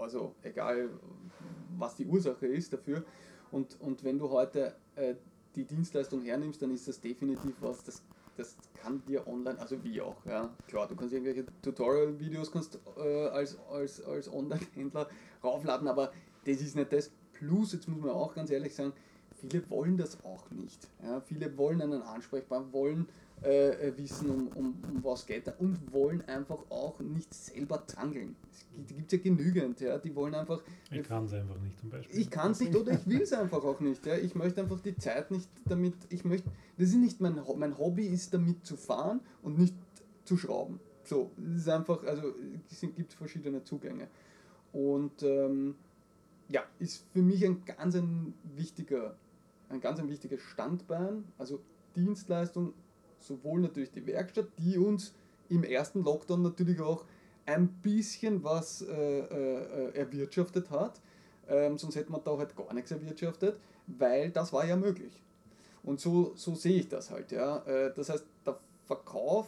S2: was die Ursache ist dafür. Und wenn du heute die Dienstleistung hernimmst, dann ist das definitiv was, das kann dir online, also wie auch, ja. Klar, du kannst irgendwelche Tutorial-Videos als Online-Händler raufladen, aber das ist nicht das. Plus, jetzt muss man auch ganz ehrlich sagen, viele wollen das auch nicht. Ja. Viele wollen einen Ansprechpartner, wollen wissen, um was geht und wollen einfach auch nicht selber zangeln. Die gibt es ja genügend, ja. Die wollen einfach...
S1: Ich kann es einfach nicht zum Beispiel.
S2: Ich kann es nicht oder ich will es einfach auch nicht. Ja. Ich möchte einfach die Zeit nicht damit... Das ist nicht mein Hobby, ist damit zu fahren und nicht zu schrauben. So, das ist einfach, also es gibt verschiedene Zugänge. Und ja, ist für mich ein ganz wichtiges Standbein, also Dienstleistung, sowohl natürlich die Werkstatt, die uns im ersten Lockdown natürlich auch ein bisschen was erwirtschaftet hat, sonst hätte man da halt gar nichts erwirtschaftet, weil das war ja möglich. Und so sehe ich das halt. Ja. Das heißt, der Verkauf,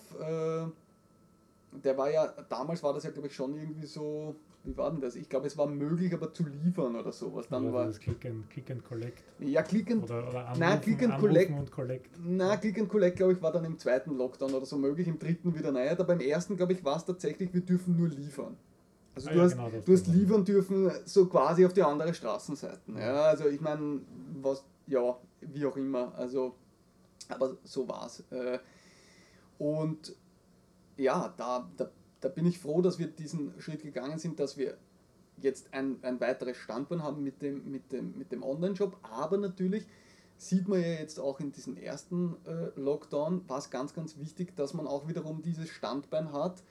S2: damals war das ja, glaube ich, schon irgendwie so, wie war denn das? Ich glaube, es war möglich, aber zu liefern oder sowas. Dann
S1: oder
S2: war
S1: das Click and Collect.
S2: Ja, Click and Collect. Na, Click and Collect, glaube ich, war dann im zweiten Lockdown oder so möglich, im dritten wieder nicht. Aber beim ersten, glaube ich, war es tatsächlich, wir dürfen nur liefern. Also du hast liefern dürfen, so quasi auf die andere Straßenseiten. Ja, also ich meine, wie auch immer. Also, aber so war's. Und ja, da bin ich froh, dass wir diesen Schritt gegangen sind, dass wir jetzt ein weiteres Standbein haben mit dem Online-Shop, aber natürlich sieht man ja jetzt auch in diesem ersten Lockdown, war es ganz, ganz wichtig, dass man auch wiederum dieses Standbein hat,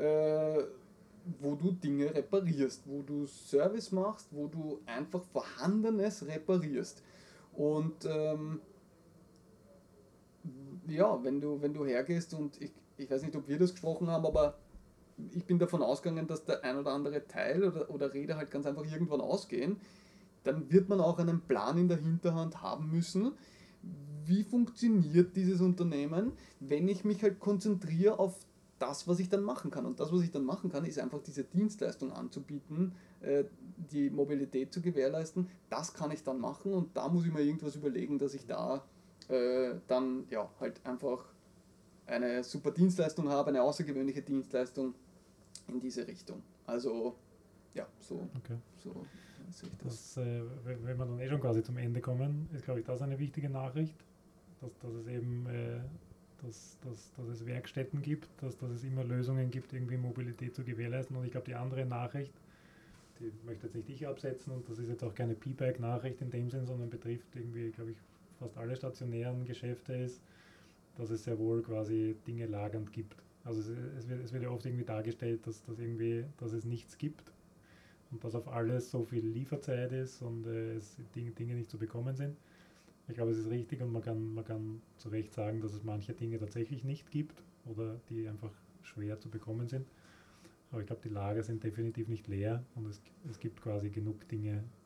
S2: wo du Dinge reparierst, wo du Service machst, wo du einfach Vorhandenes reparierst. Und ja, wenn du hergehst und ich weiß nicht, ob wir das gesprochen haben, aber ich bin davon ausgegangen, dass der ein oder andere Teil oder Räder halt ganz einfach irgendwann ausgehen, dann wird man auch einen Plan in der Hinterhand haben müssen, wie funktioniert dieses Unternehmen, wenn ich mich halt konzentriere auf das, was ich dann machen kann. Und das, was ich dann machen kann, ist einfach diese Dienstleistung anzubieten, die Mobilität zu gewährleisten. Das kann ich dann machen und da muss ich mir irgendwas überlegen, dass ich da dann ja halt einfach eine super Dienstleistung habe, eine außergewöhnliche Dienstleistung in diese Richtung. Also, ja, so sehe ich das.
S1: Wenn wir dann schon quasi zum Ende kommen, ist, glaube ich, das eine wichtige Nachricht, dass es eben dass es Werkstätten gibt, dass es immer Lösungen gibt, irgendwie Mobilität zu gewährleisten. Und ich glaube, die andere Nachricht, die möchte jetzt nicht ich absetzen und das ist jetzt auch keine P-Bike-Nachricht in dem Sinn, sondern betrifft irgendwie, glaube ich, fast alle stationären Geschäfte ist, dass es sehr wohl quasi Dinge lagernd gibt. Also es wird ja oft irgendwie dargestellt, dass es nichts gibt und dass auf alles so viel Lieferzeit ist und Dinge nicht zu bekommen sind. Ich glaube, es ist richtig und man kann zu Recht sagen, dass es manche Dinge tatsächlich nicht gibt oder die einfach schwer zu bekommen sind. Aber ich glaube, die Lager sind definitiv nicht leer und es gibt quasi genug Dinge,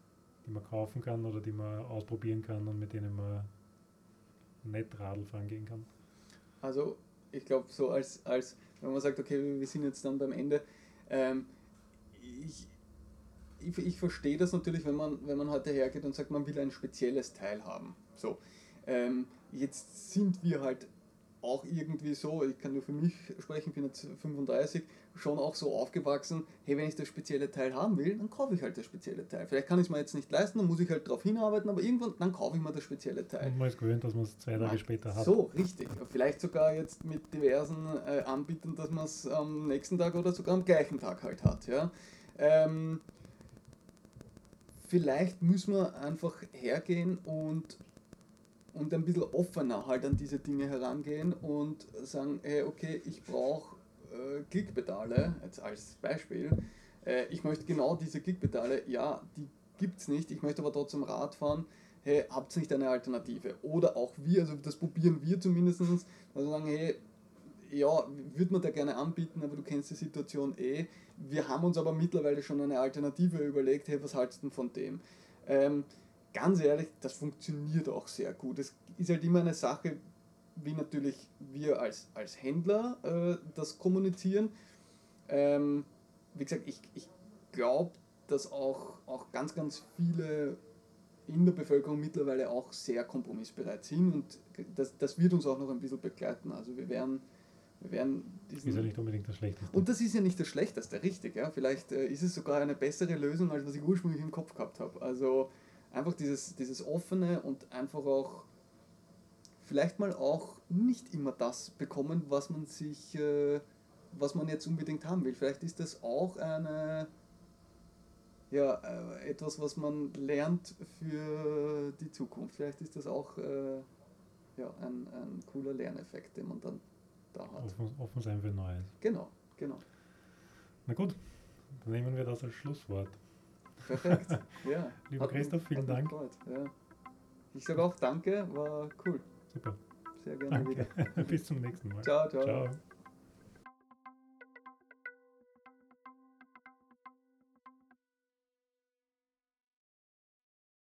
S1: die man kaufen kann oder die man ausprobieren kann und mit denen man nett Radl fahren gehen kann?
S2: Also ich glaube, so wenn man sagt, okay, wir sind jetzt dann beim Ende, ich, ich verstehe das natürlich, wenn man heute hergeht und sagt, man will ein spezielles Teil haben. So, jetzt sind wir halt auch irgendwie so, ich kann nur für mich sprechen, bin jetzt 35, schon auch so aufgewachsen, hey, wenn ich das spezielle Teil haben will, dann kaufe ich halt das spezielle Teil. Vielleicht kann ich es mir jetzt nicht leisten, dann muss ich halt darauf hinarbeiten, aber irgendwann, dann kaufe ich mir das spezielle Teil.
S1: Und man ist gewöhnt, dass man es 2 Tage später hat.
S2: So, richtig. Vielleicht sogar jetzt mit diversen Anbietern, dass man es am nächsten Tag oder sogar am gleichen Tag halt hat. Ja? Vielleicht müssen wir einfach hergehen und ein bisschen offener halt an diese Dinge herangehen und sagen, hey, okay, ich brauche Klickpedale, jetzt als Beispiel. Ich möchte genau diese Klickpedale, ja, die gibt es nicht, ich möchte aber trotzdem Rad fahren. Hey, habt ihr nicht eine Alternative? Oder auch wir, also das probieren wir zumindest, also sagen, hey, ja, würde man da gerne anbieten, aber du kennst die Situation eh. Wir haben uns aber mittlerweile schon eine Alternative überlegt, hey, was haltest du denn von dem? Ganz ehrlich, das funktioniert auch sehr gut. Es ist halt immer eine Sache, wie natürlich wir als Händler das kommunizieren. Wie gesagt, ich glaube, dass auch ganz, ganz viele in der Bevölkerung mittlerweile auch sehr kompromissbereit sind und das wird uns auch noch ein bisschen begleiten. Also wir werden
S1: Das ist ja nicht unbedingt das Schlechteste.
S2: Und das ist ja nicht das Schlechteste, richtig. Ja? Vielleicht ist es sogar eine bessere Lösung, als was ich ursprünglich im Kopf gehabt habe. Also einfach dieses Offene und einfach auch vielleicht mal auch nicht immer das bekommen, was man jetzt unbedingt haben will. Vielleicht ist das auch etwas, was man lernt für die Zukunft. Vielleicht ist das auch ein cooler Lerneffekt, den man dann da hat.
S1: Offen sein für Neues.
S2: Genau.
S1: Na gut, dann nehmen wir das als Schlusswort.
S2: Perfekt, ja.
S1: Lieber Christoph, vielen Dank.
S2: Ja. Ich sage auch danke, war cool.
S1: Super.
S2: Sehr gerne
S1: Danke.
S2: wieder.
S1: Bis zum nächsten Mal.
S2: Ciao.
S1: Ciao.